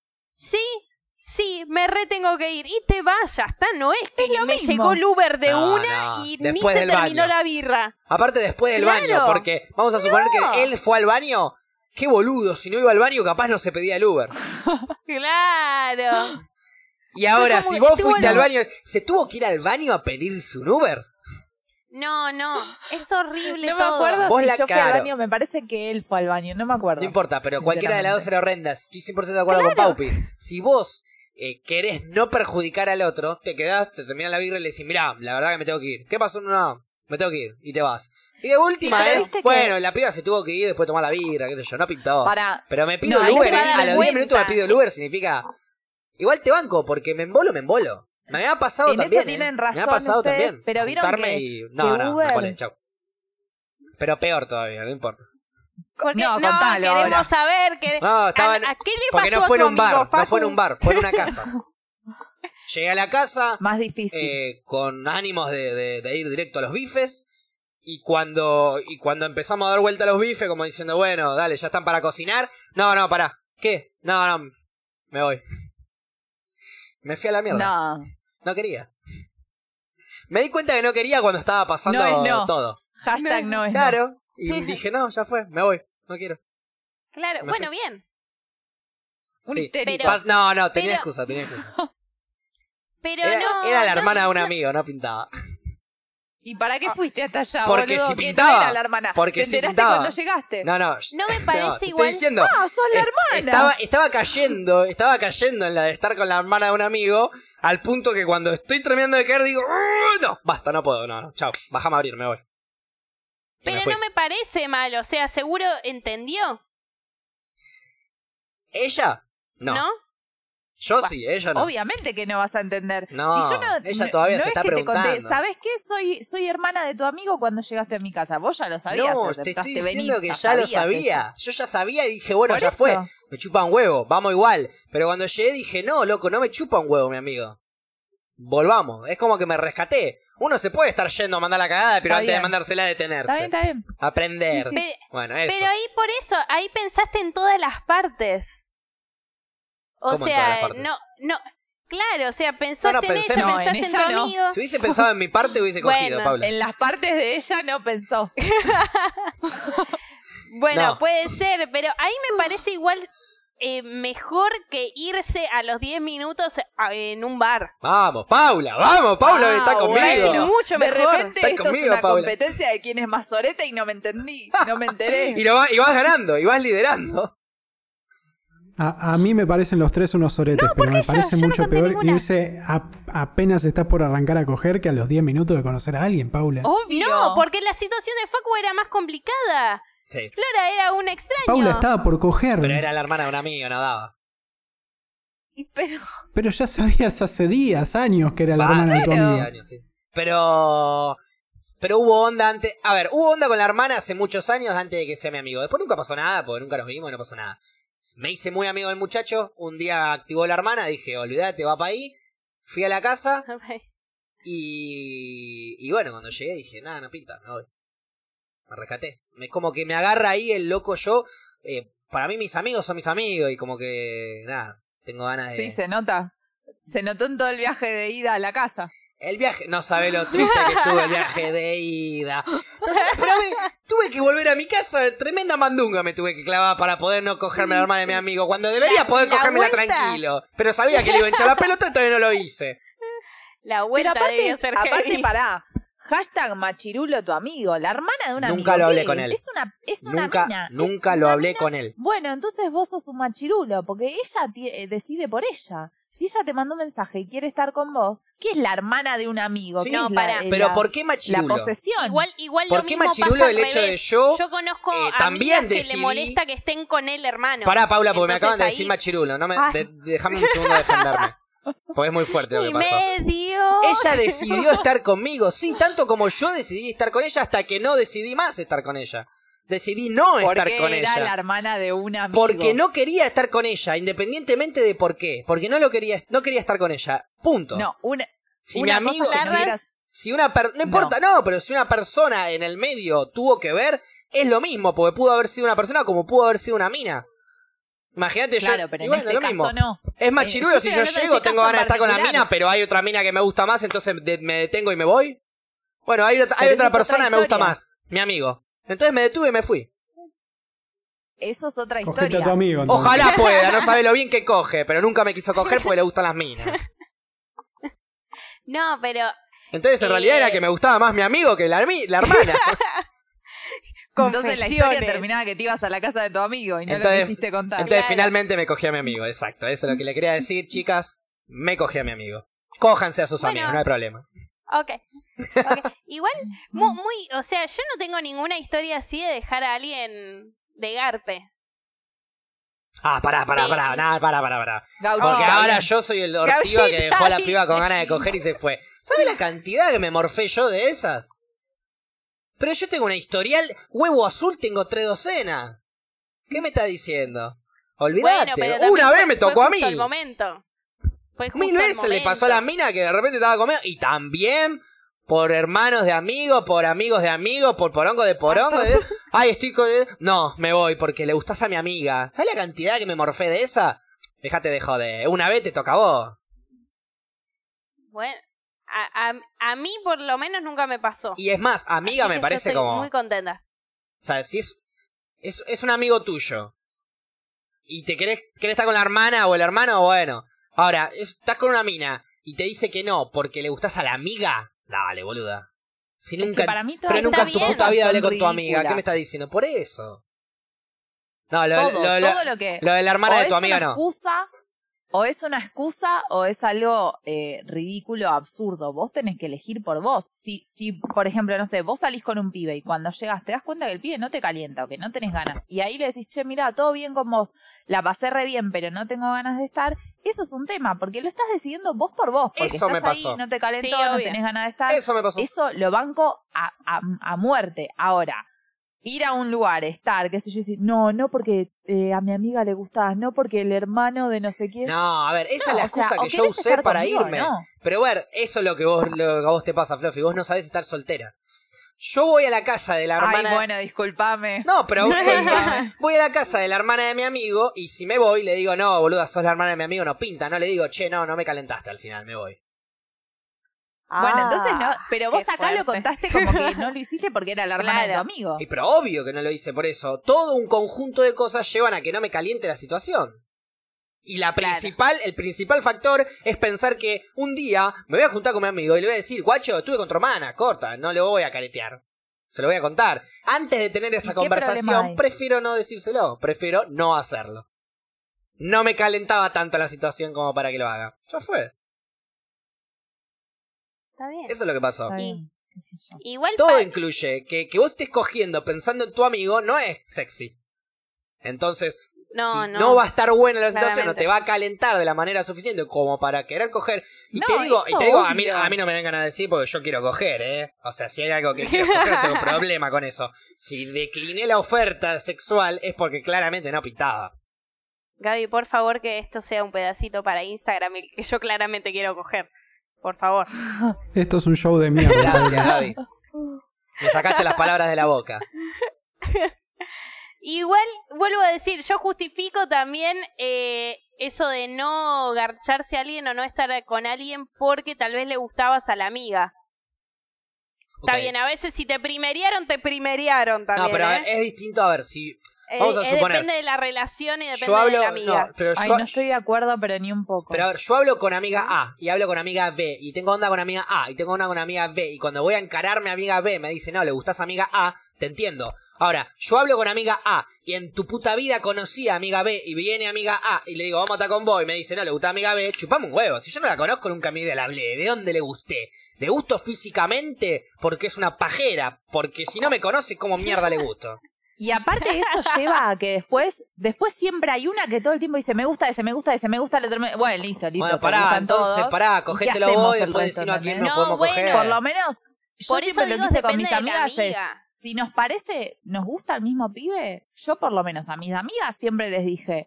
Sí, me re tengo que ir. Y te vas, ya está. No es que Es lo me mismo. llegó el Uber de No, una no, y ni después se del terminó baño. la birra. Aparte después del Claro. baño, porque vamos a suponer No. que él fue al baño. Qué boludo, si no iba al baño capaz no se pedía el Uber. Claro. Y ahora, como si que vos estuvo fuiste lo- al baño, ¿se tuvo que ir al baño a pedirse un Uber? No, es horrible No me todo. acuerdo Vos si la yo fui al caro. baño. Me parece que él fue al baño. No me acuerdo. No importa, pero cualquiera de las dos Sinceramente. era horrenda. Estoy 100% de acuerdo con Paupi. Si vos querés no perjudicar al otro, te quedás, te terminás la birra y le decís, mirá, la verdad que me tengo que ir. ¿Qué pasó? No, me tengo que ir. Y te vas. Y de última, pero viste que- bueno, la piba se tuvo que ir después de tomar la birra, qué sé yo, no pintó. Pero me pido No, el ahí Uber, se va a dar a los 10 cuenta. minutos me pido el Uber, significa... Igual te banco, porque me embolo. Me había pasado En eso también, tienen Me había razón pasado ustedes, también. pero vieron Juntarme que- y... No, que no, Uber- me pone, chau. Pero peor todavía, no importa. Porque, No, contalo queremos ahora. saber que... No, estaban... ¿A qué le Porque pasó no fue a en tu un bar, amigo, no fue en Facu? un bar, fue en una casa. Llegué a la casa Más difícil. con ánimos de ir directo a los bifes. Y cuando empezamos a dar vuelta a los bifes, como diciendo, bueno, dale, ya están para cocinar. No, pará. ¿Qué? No, me voy. Me fui a la mierda. No quería. Me di cuenta que no quería cuando estaba pasando No es no. todo. Hashtag no es no. Claro. Y dije, no, ya fue, me voy. No quiero. Claro, Me bueno, fui. bien. Un Sí. histérico. Pero- No, tenía pero- excusa. Pero Era, no... era la no, hermana de un no. amigo, no pintaba. ¿Y para qué fuiste hasta allá, Porque boludo? si ¿Quién pintaba. era la hermana? Porque ¿Te si enteraste pintaba. cuando llegaste? No, No me parece te igual. Estoy diciendo, ¡Ah, sos la hermana! estaba cayendo en la de estar con la hermana de un amigo, al punto que cuando estoy terminando de caer digo, no, basta, no puedo, no, chao, bajame a abrir, me voy. Y me Pero fui. no me parece mal, o sea, seguro entendió, ¿Ella? No. ¿no? Yo Bah, sí, ella no. Obviamente que no vas a entender. No, Si yo no, ella todavía no se es está que te conté, preguntando. ¿sabes qué? Soy hermana de tu amigo cuando llegaste a mi casa. Vos ya lo sabías, No, te aceptaste estoy venir, diciendo que ya lo sabías sabía. Yo ya sabía y dije, bueno, Por ya eso. fue. Me chupa un huevo, vamos igual. Pero cuando llegué dije, no, loco, no me chupa un huevo, mi amigo. Volvamos. Es como que me rescaté. Uno se puede estar yendo a mandar la cagada, pero Está antes de bien. mandársela a detenerse. Está bien. Aprender. Sí, sí. Bueno, eso. Pero ahí por eso, ahí pensaste en todas las partes. O ¿Cómo en todas las sea, partes? no, claro, o sea, pensaste en pensé ella, en- No, pensaste en en ella tu no. amigo. Si hubiese pensado en mi parte, hubiese Bueno, cogido, Paula. En las partes de ella no pensó. Bueno, No. puede ser, pero ahí me parece igual mejor que irse a los 10 minutos en un bar. Vamos, Paula, que está conmigo. bueno. Mucho De mejor. repente Está esto conmigo, es una Paula. competencia de quién es más sorete y no me entendí. No me enteré. Y vas ganando, y vas liderando. A mí me parecen los tres unos soretes, pero me parece yo no mucho conté peor ninguna. irse apenas estás por arrancar a coger que a los 10 minutos de conocer a alguien, Paula. Obvio. No, porque la situación de Facu era más complicada. Sí. Flora era un extraño. Paula estaba por coger, Pero era la hermana de un amigo, no daba. Pero pero ya sabías hace días, años que era la Va, hermana de tu sí, amigo. años, sí. Pero hubo onda antes. A ver, hubo onda con la hermana hace muchos años antes de que sea mi amigo. Después nunca pasó nada, porque nunca nos vimos y no pasó nada. Me hice muy amigo del muchacho. Un día activó la hermana, dije, olvídate, va para ahí. Fui a la casa y bueno, cuando llegué dije, nada, no pinta, me voy. Me rescaté. Es como que me agarra ahí el loco yo. Para mí mis amigos son mis amigos y como que, nada, tengo ganas de... sí, se nota. Se notó en todo el viaje de ida a la casa. El viaje, no sabe lo triste que estuvo el viaje de ida. No sé, pero tuve que volver a mi casa, tremenda mandunga me tuve que clavar para poder no cogerme a la hermana de mi amigo, cuando debería poder la cogérmela vuelta. tranquilo. Pero sabía que le iba a hinchar la pelota y todavía no lo hice. La Pero vuelta aparte, debió ser aparte heavy. pará. Hashtag machirulo tu amigo. La hermana de un amigo. Nunca lo hablé ¿qué? con él. Es una Nunca, mina. nunca Es lo una hablé mina. con él. Bueno, entonces vos sos un machirulo, porque ella decide por ella. Si ella te mandó un mensaje y quiere estar con vos, ¿qué es la hermana de un amigo? Sí, ¿Qué no, es pará. Pero la, ¿por qué la machirulo? posesión? Igual ¿Por lo qué mismo machirulo pasa el al hecho de revés. yo conozco también amigas que decidí... le molesta que estén con el hermano. Pará, Paula, porque me Entonces acaban de ahí- decir machirulo. No me, Ay. déjame un segundo defenderme. Porque es muy fuerte lo que Y pasó. medio. Ella decidió estar conmigo, sí, tanto como yo decidí estar con ella hasta que no decidí más estar con ella. Decidí no estar Porque con era ella. la hermana de un amigo. Porque no quería estar con ella, independientemente de por qué. Porque no quería estar con ella. Punto. No, si mi una amigo, cosa que no quieras- si una no importa, no, pero si una persona en el medio tuvo que ver, es lo mismo, porque pudo haber sido una persona como pudo haber sido una mina. Imagínate Claro, yo. pero y en bueno, este lo caso mismo. no. Es más yo chirulo estoy si yo hablando de llego, este tengo caso ganas de estar con la particular. mina, pero hay otra mina que me gusta más, entonces me detengo y me voy. Bueno, hay Pero otra esa es otra persona que me gusta historia. más, mi amigo. Entonces me detuve y me fui. Eso es otra Cogete a historia. tu amigo. entonces. Ojalá pueda, no sabe lo bien que coge, pero nunca me quiso coger porque le gustan las minas. No, pero Entonces en realidad era que me gustaba más mi amigo que la hermana. Entonces la historia confesiones. terminaba que te ibas a la casa de tu amigo y no Entonces- lo quisiste contar. Entonces Claro. finalmente me cogí a mi amigo, exacto. Eso es lo que le quería decir, chicas. Me cogí a mi amigo. Cójanse a sus Bueno. amigos, no hay problema. Ok. Igual, o sea, yo no tengo ninguna historia así de dejar a alguien de garpe. Ah, pará. Gauchito, Porque bien. ahora yo soy el ortiva que dejó a la Gauchita. piba con ganas de coger y se fue. ¿Sabe la cantidad que me morfé yo de esas? Pero yo tengo una historial, huevo azul tengo 3 docenas. ¿Qué me está diciendo? Olvídate, Bueno, pero también una vez fue- me tocó fue a mí. justo el momento. Fue justo 1000 el veces le pasó a la momento. mina que de repente estaba conmigo. Y también por hermanos de amigos, por amigos de amigos, por porongo de porongo. Ay, estoy con... No, me voy porque le gustás a mi amiga. ¿Sabes la cantidad que me morfé de esa? Déjate de joder. Una vez te toca a vos. Bueno, a mí por lo menos nunca me pasó. Y es más, amiga Así me que yo parece estoy como... muy contenta. O sea, si es un amigo tuyo y te querés estar con la hermana o el hermano, bueno. Ahora, estás con una mina y te dice que no porque le gustás a la amiga. Dale, boluda. Si Es nunca, que para mí todas pero nunca en esas tu cosas puta vida son hablé con tu amiga. ¿Qué ridículas. me estás diciendo? Por eso. No, Todo lo que... lo de la hermana o de tu es amiga una no. excusa, o es una excusa o es algo ridículo, absurdo. Vos tenés que elegir por vos. Si, por ejemplo, no sé, vos salís con un pibe y cuando llegas te das cuenta que el pibe no te calienta o que no tenés ganas. Y ahí le decís, che, mira, todo bien con vos, la pasé re bien, pero no tengo ganas de estar. Eso es un tema, porque lo estás decidiendo vos por vos. Porque Eso me estás pasó. ahí, no te calentó, Sí, no obvio. tenés ganas de estar. Eso me pasó. Eso lo banco a muerte. Ahora, ir a un lugar, estar, qué sé yo, decir, no porque a mi amiga le gustaba, no porque el hermano de no sé quién. No, a ver, esa es la o sea, excusa o que yo querés usé estar para conmigo, irme. ¿no? Pero bueno, eso es lo que a vos te pasa, Fluffy. Vos no sabés estar soltera. Yo voy a la casa de la hermana... Ay, bueno, discúlpame. No, pero voy a la casa de la hermana de mi amigo y si me voy le digo, no, boluda, sos la hermana de mi amigo, no pinta. No le digo, che, no me calentaste al final, me voy. Bueno, entonces no, pero vos qué acá lo fuerte. contaste como que no lo hiciste porque era la hermana de tu Claro. amigo. Y pero obvio que no lo hice por eso. Todo un conjunto de cosas llevan a que no me caliente la situación. Y el principal factor es pensar que un día me voy a juntar con mi amigo y le voy a decir, guacho, estuve con tu hermana, corta, no le voy a caretear. Se lo voy a contar. Antes de tener esa ¿Y qué problema conversación, hay? prefiero no decírselo, prefiero no hacerlo. No me calentaba tanto la situación como para que lo haga. Ya fue. Está bien. Eso es lo que pasó. Está bien, qué sé yo. Igual Todo incluye que vos estés cogiendo pensando en tu amigo no es sexy. Entonces, No, si no. no va a estar buena la situación, no Claramente. te va a calentar de la manera suficiente como para querer coger. Y No, te digo, eso a mí obvio. no me vengan a decir porque yo quiero coger, O sea, si hay algo que quiero coger, tengo un problema con eso. Si decliné la oferta sexual es porque claramente no pintaba. Gaby, por favor, que esto sea un pedacito para Instagram, el que yo claramente quiero coger. Por favor. Esto es un show de mierda. Gracias, Gaby. Me sacaste las palabras de la boca. Igual, vuelvo a decir, yo justifico también eso de no garcharse a alguien o no estar con alguien porque tal vez le gustabas a la amiga. Está Ok. bien, a veces si te primeriaron también, No, pero a ver, es distinto, a ver, si... Vamos a suponer. Depende de la relación y depende Yo hablo... de la amiga. No, pero Ay, yo, no estoy de acuerdo, pero ni un poco. Pero a ver, yo hablo con amiga A y hablo con amiga B y tengo onda con amiga A y tengo onda con amiga B y cuando voy a encararme a amiga B me dice, no, le gustás a amiga A, te entiendo. Ahora, yo hablo con amiga A y en tu puta vida conocí a amiga B y viene amiga A y le digo, vamos a estar con vos y me dice, no, le gusta a amiga B, chupame un huevo. Si yo no la conozco, nunca en mi vida la hablé. ¿De dónde le gusté? ¿Le gusto físicamente? Porque es una pajera. Porque si no me conoce, ¿cómo mierda le gusto? Y aparte eso lleva a que después siempre hay una que todo el tiempo dice, me gusta ese, me gusta ese, me gusta el otro. Bueno, listo, Bueno, te pará, gustan entonces, todos. pará, ¿Y qué cogételo hacemos vos y el después resto, decirnos a quién entendés? nos No, podemos bueno. coger. Por lo menos, yo Por eso siempre lo digo, que hice con mis depende de la amigas es, amiga. si nos parece, nos gusta el mismo pibe, yo por lo menos a mis amigas siempre les dije,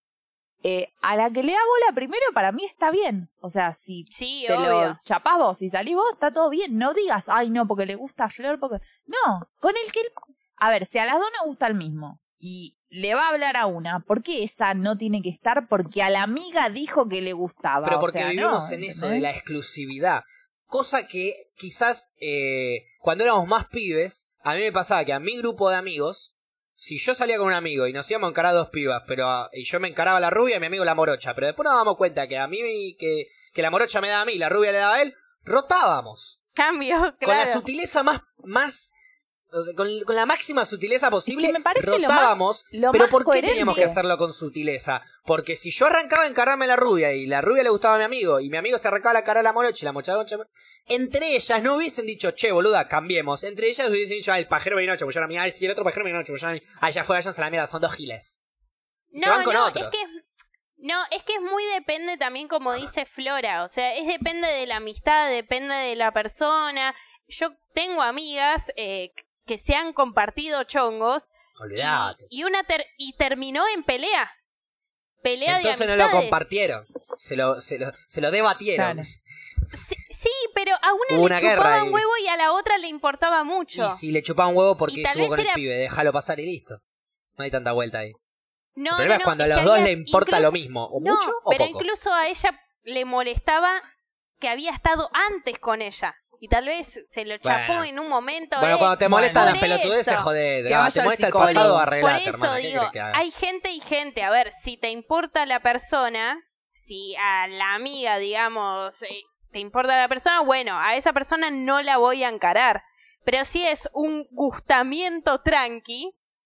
a la que le da bola primero para mí está bien. O sea, si Sí, te obvio. lo chapás vos y salís vos, está todo bien. No digas, ay no, porque le gusta a Flor, porque... No, con el que... A ver, si a las dos nos gusta el mismo y le va a hablar a una, ¿por qué esa no tiene que estar? Porque a la amiga dijo que le gustaba. Pero o porque sea, vivimos no, en eso ¿entendés? de la exclusividad. Cosa que quizás cuando éramos más pibes, a mí me pasaba que a mi grupo de amigos, si yo salía con un amigo y nos íbamos a encarar dos pibas, y yo me encaraba la rubia y mi amigo la morocha, pero después nos damos cuenta que a mí que la morocha me daba a mí y la rubia le daba a él, rotábamos. Cambio, claro. Con la sutileza más con la máxima sutileza posible, me parece rotábamos, lo pero más ¿por qué coherente. teníamos que hacerlo con sutileza? Porque si yo arrancaba a encararme a la rubia y la rubia le gustaba a mi amigo y mi amigo se arrancaba la cara a la morocha y la morocha, entre ellas no hubiesen dicho, che, boluda, cambiemos. Entre ellas hubiesen dicho, el pajero vino a chamullar a mi y el otro pajero vino a chamullar a mi. Ya fue, váyanse a la mierda, son dos giles. Y se van con otros. Es que es muy depende también, como dice Flora, o sea, depende de la amistad, depende de la persona. Yo tengo amigas que se han compartido chongos Olvidate. y una terminó en pelea. Pelea Entonces de no amistades. lo compartieron, se lo debatieron. Claro. Sí, pero a Hubo una una le guerra chupaba ahí. un huevo y a la otra le importaba mucho. Y si le chupaba un huevo porque Y tal estuvo vez con el era- pibe, déjalo pasar y listo. No hay tanta vuelta ahí. No, El problema es cuando a los que dos había- le importa incluso- lo mismo, o No, mucho o pero poco. incluso a ella le molestaba que había estado antes con ella. Y tal vez se lo chapó Bueno. en un momento. Bueno, cuando te molestan por las pelotudeces, eso. joder, Que te vaya al molesta el psicólogo. pasado, Por arreglate, eso hermano. ¿Qué digo, querés que haga? hay gente y gente. A ver, si te importa la persona, si a la amiga, digamos, te importa la persona, bueno, a esa persona no la voy a encarar. Pero si es un gustamiento tranqui,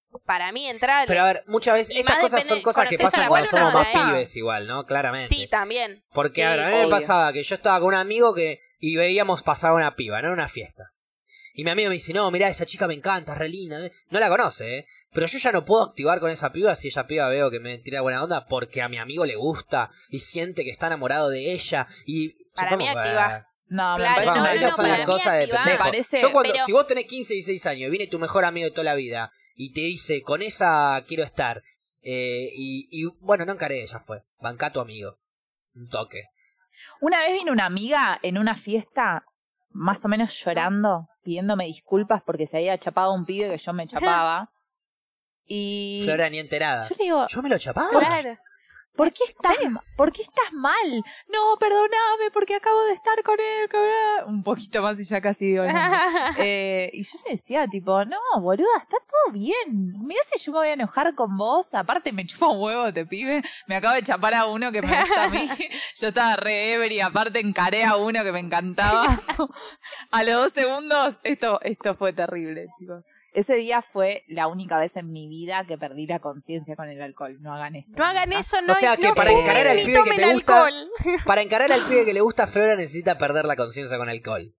para mí entrale. Pero a ver, muchas veces Y estas más cosas depende- son cosas que conoces a pasan la cuando somos más persona, pibes igual, ¿no? Claramente. Sí, también. Porque Sí, a ver, a mí me obvio. pasaba que yo estaba con un amigo y veíamos pasar a una piba, ¿no? En una fiesta. Y mi amigo me dice, no, mirá, esa chica me encanta, es re linda. No la conoce, ¿eh? Pero yo ya no puedo activar con esa piba si esa piba veo que me tira buena onda porque a mi amigo le gusta y siente que está enamorado de ella. Y Para mí activa. No, me Claro, parece Vamos, no, esas no, son para las mí cosas de activar. pendejo. Me parece- Yo cuando, pero- si vos tenés 15, 16 años y viene tu mejor amigo de toda la vida y te dice, con esa quiero estar, y bueno, no encaré, ya fue. Bancá a tu amigo. Un toque. Una vez vino una amiga en una fiesta, más o menos llorando, pidiéndome disculpas porque se había chapado a un pibe que yo me chapaba. Y Flora ni enterada. yo le digo, ¿Yo me lo chapaba? Claro. ¿por qué estás mal? No, perdóname, porque acabo de estar con él. Un poquito más y ya casi digo el nombre. Y yo le decía, tipo, no, boluda, está todo bien. Mirá si yo me voy a enojar con vos. Aparte me chupa un huevo, te pibe. Me acabo de chapar a uno que me gusta a mí. Yo estaba re ebria, aparte encaré a uno que me encantaba. A los 2 segundos, esto fue terrible, chicos. Ese día fue la única vez en mi vida que perdí la conciencia con el alcohol. No hagan esto. No hagan nunca. eso, no. O sea que no para fumen encarar al ni pibe que tomen te gusta- alcohol. Para encarar al pibe que le gusta a Flora necesita perder la conciencia con alcohol.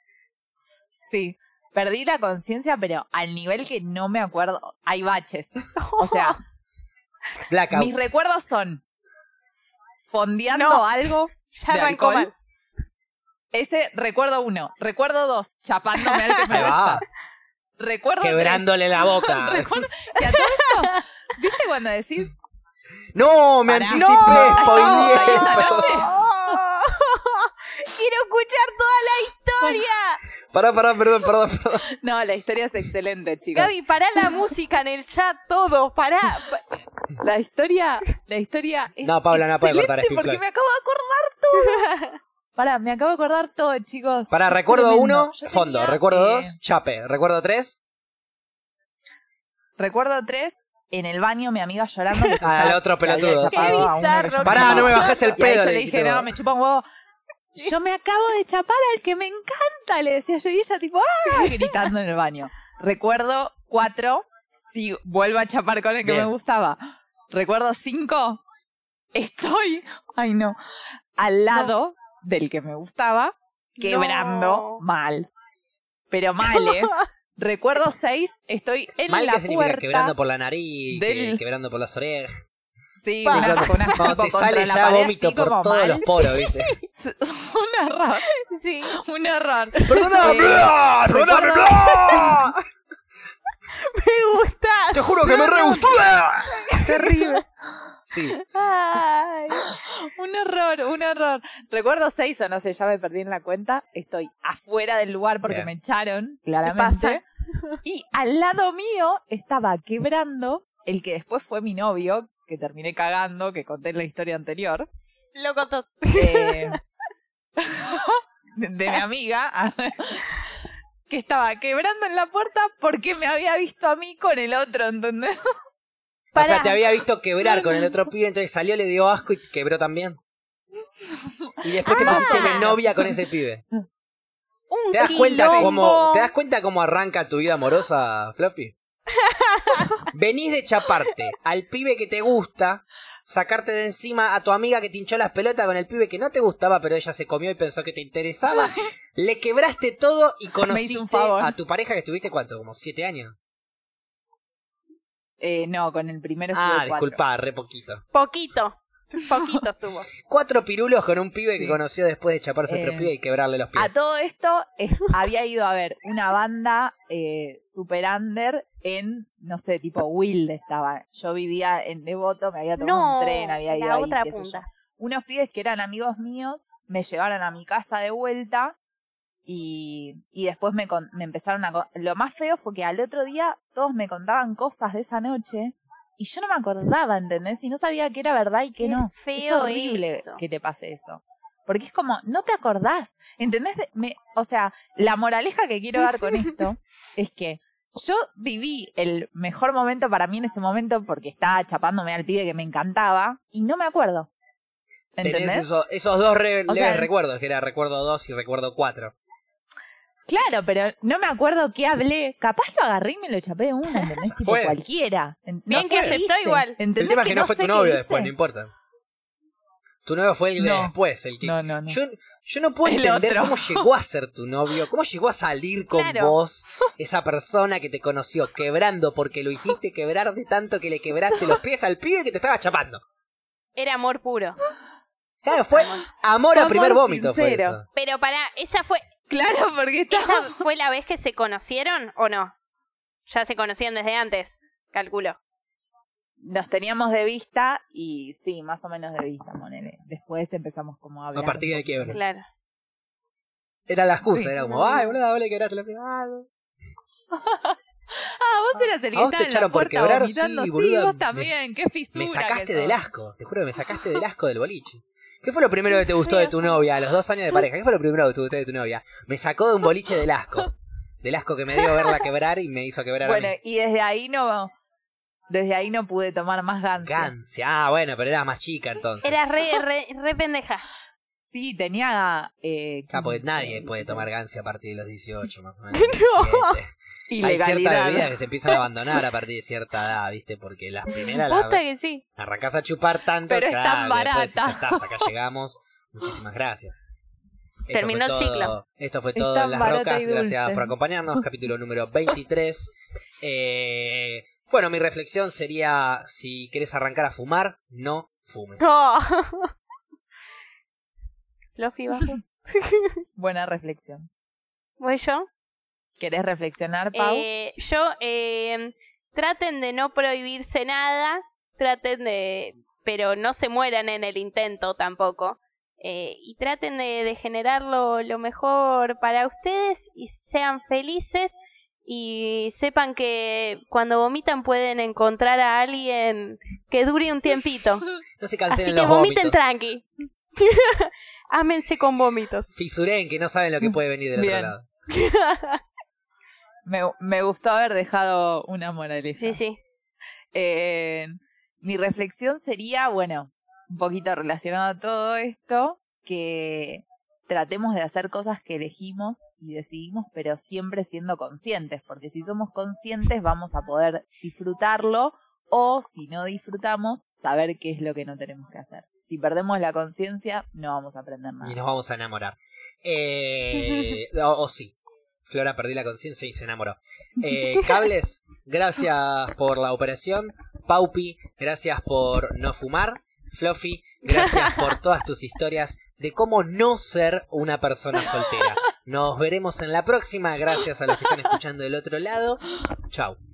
Sí, perdí la conciencia, pero al nivel que no me acuerdo. Hay baches. O sea, Blackout. mis recuerdos son fondeando No. algo Ya de arrancó alcohol. mal. Ese recuerdo 1. Recuerdo 2, chapándome al que me Ahí va. gusta. Recuerdo 3. Quebrándole la boca. Recuerdo que a todo esto, ¿viste cuando decís? No, me Pará. anticipé, No, spoileé. estábamos ahí esa noche. Oh, quiero escuchar toda la historia. Pará, perdón. No, la historia es excelente, chicos. Gaby, pará la música en el chat, todo, pará. La historia es No, Paula, no puede cortar, es excelente Pink porque Floyd. me acabo de acordar todo. Pará, me acabo de acordar todo, chicos. Pará, Es recuerdo tremendo. 1, Yo fondo. tenía, Recuerdo 2, chape. Recuerdo 3, Recuerdo 3, en el baño mi amiga llorando que se Ah, estaba- el otro se había pelotudo. chapado Qué a uno que yo bizarro. Pará, chapaba. no me bajes el Y ahí pedo. yo le dijiste dije, vos. no, me chupa un huevo. Yo me acabo de chapar al que me encanta, le decía yo. Y ella tipo, ¡ah! Gritando en el baño. Recuerdo 4, si vuelvo a chapar con el que Bien. me gustaba. Recuerdo 5, estoy, ay no, al lado del que me gustaba, quebrando No. mal. Pero mal, ¿eh? Recuerdo 6, estoy en Mal, la ¿qué significa? puerta. Quebrando por la nariz, del- quebrando por las orejas. Sí, Pa. una Cuando tipo te contra sale la ya pared, vómito así por como todos mal. los poros, ¿viste? Un error, Sí. un error. ¡Perdóname! recuerdo- Me gustás. ¡Te juro que me re gustó! Terrible. Sí. Ay. Un horror. Recuerdo 6 o no sé, ya me perdí en la cuenta. Estoy afuera del lugar porque Bien. me echaron, claramente. Y al lado mío estaba quebrando el que después fue mi novio, que terminé cagando, que conté en la historia anterior. Loco, eh, de mi amiga, que estaba quebrando en la puerta porque me había visto a mí con el otro, ¿entendés? O sea, Pará. te había visto quebrar con el otro pibe, entonces salió, le dio asco y quebró también. Y después te pusiste de novia con ese pibe. Un ¿Te das cuenta quilombo. cómo arranca tu vida amorosa, Floppy? Venís de chaparte al pibe que te gusta, sacarte de encima a tu amiga que te hinchó las pelotas con el pibe que no te gustaba, pero ella se comió y pensó que te interesaba. Le quebraste todo y Me hizo un conociste favor. a tu pareja que estuviste, ¿cuánto? ¿Como 7 años? No, con el primero estuve 4. Disculpa, re poquito. Poquito estuvo. 4 pirulos con un pibe que Sí. conoció después de chaparse a otro pibe y quebrarle los pies. A todo esto había ido a ver una banda super under en, no sé, tipo Wilde estaba. Yo vivía en Devoto, me había tomado No, un tren, había ido la ahí, otra qué sé yo. punta. Unos pibes que eran amigos míos me llevaron a mi casa de vuelta y después me empezaron a... Lo más feo fue que al otro día todos me contaban cosas de esa noche y yo no me acordaba, ¿entendés? Y no sabía qué era verdad y qué Qué no. feo Es horrible eso. que te pase eso. Porque es como, no te acordás, ¿entendés? O sea, la moraleja que quiero dar con esto es que yo viví el mejor momento para mí en ese momento porque estaba chapándome al pibe que me encantaba y no me acuerdo. Tenés ¿Entendés? esos dos O leves sea, recuerdos, que era recuerdo 2 y recuerdo 4. Claro, pero no me acuerdo qué hablé. Capaz lo agarré y me lo chapé de una, ¿entendés? Tipo Fue. cualquiera. Bien sé que qué aceptó hice. igual. ¿Entendés El tema es que no fue sé tu qué novio hice? después, no importa. Tu novio fue el de No. después. El que... No. Yo no puedo El entender otro. cómo llegó a ser tu novio, cómo llegó a salir con Claro. vos, esa persona que te conoció quebrando porque lo hiciste quebrar de tanto que le quebraste los pies al pibe que te estaba chapando. Era amor puro. Claro, fue amor a Amor primer vómito, fue sincero. eso. Pero esa fue Claro, porque estaba... fue la vez que se conocieron o no. Ya se conocían desde antes, calculo. Nos teníamos de vista y sí, más o menos de vista, ponele. Después empezamos como a hablar. A partir del quiebre. Claro. Era la excusa, Sí. era como, ay, boludo, vos le quebraste la piel. Ah, vos eras el ¿A que vos te estaba en la echaron por puerta quebrar? vomitando. Sí, Sí, boluda, vos también, qué fisura. Me sacaste que del sos. asco, te juro que me sacaste del asco del boliche. ¿Qué fue lo primero que te gustó feo, de tu sí. novia a los 2 años de pareja? ¿Qué fue lo primero que te gustó de tu novia? Me sacó de un boliche del asco. Del asco que me dio verla quebrar y me hizo quebrar Bueno, a mí. y desde ahí no pude tomar más gancia. Gancia. Ah, bueno, pero era más chica entonces. Era re pendeja. Sí, tenía... Ah, porque 15, nadie puede 16. tomar gancia a partir de los 18, más o menos. No. 17. Hay ciertas Ilegalidad. bebidas que se empiezan a abandonar a partir de cierta edad, ¿viste? Porque las primeras Posta que sí. arrancás a chupar tanto, Pero claro, están después decís, baratas. ya está, hasta acá llegamos. Muchísimas gracias. Terminó el ciclo. Esto fue todo Es en tan Las barata Rocas. y dulce. Gracias por acompañarnos. Capítulo número 23. Bueno, mi reflexión sería: si querés arrancar a fumar, no fumes. No. Fluffy bajo. Buena reflexión. ¿Voy yo? ¿Querés reflexionar, Pau? Traten de no prohibirse nada. Pero no se mueran en el intento tampoco. Y traten de generar lo mejor para ustedes y sean felices y sepan que cuando vomitan pueden encontrar a alguien que dure un tiempito. No se Así cancelen que los vomiten vómitos. tranqui. Ámense con vómitos. Fisuren, que no saben lo que puede venir del Bien. otro lado. Me gustó haber dejado una moraleja. Sí, sí. Mi reflexión sería, bueno, un poquito relacionado a todo esto, que tratemos de hacer cosas que elegimos y decidimos, pero siempre siendo conscientes, porque si somos conscientes vamos a poder disfrutarlo, o si no disfrutamos, saber qué es lo que no tenemos que hacer. Si perdemos la conciencia, no vamos a aprender nada. Y nos vamos a enamorar. O sí. Flora perdí la conciencia y se enamoró. Cables, gracias por la operación. Paupi, gracias por no fumar. Fluffy, gracias por todas tus historias de cómo no ser una persona soltera. Nos veremos en la próxima. Gracias a los que están escuchando del otro lado. Chau.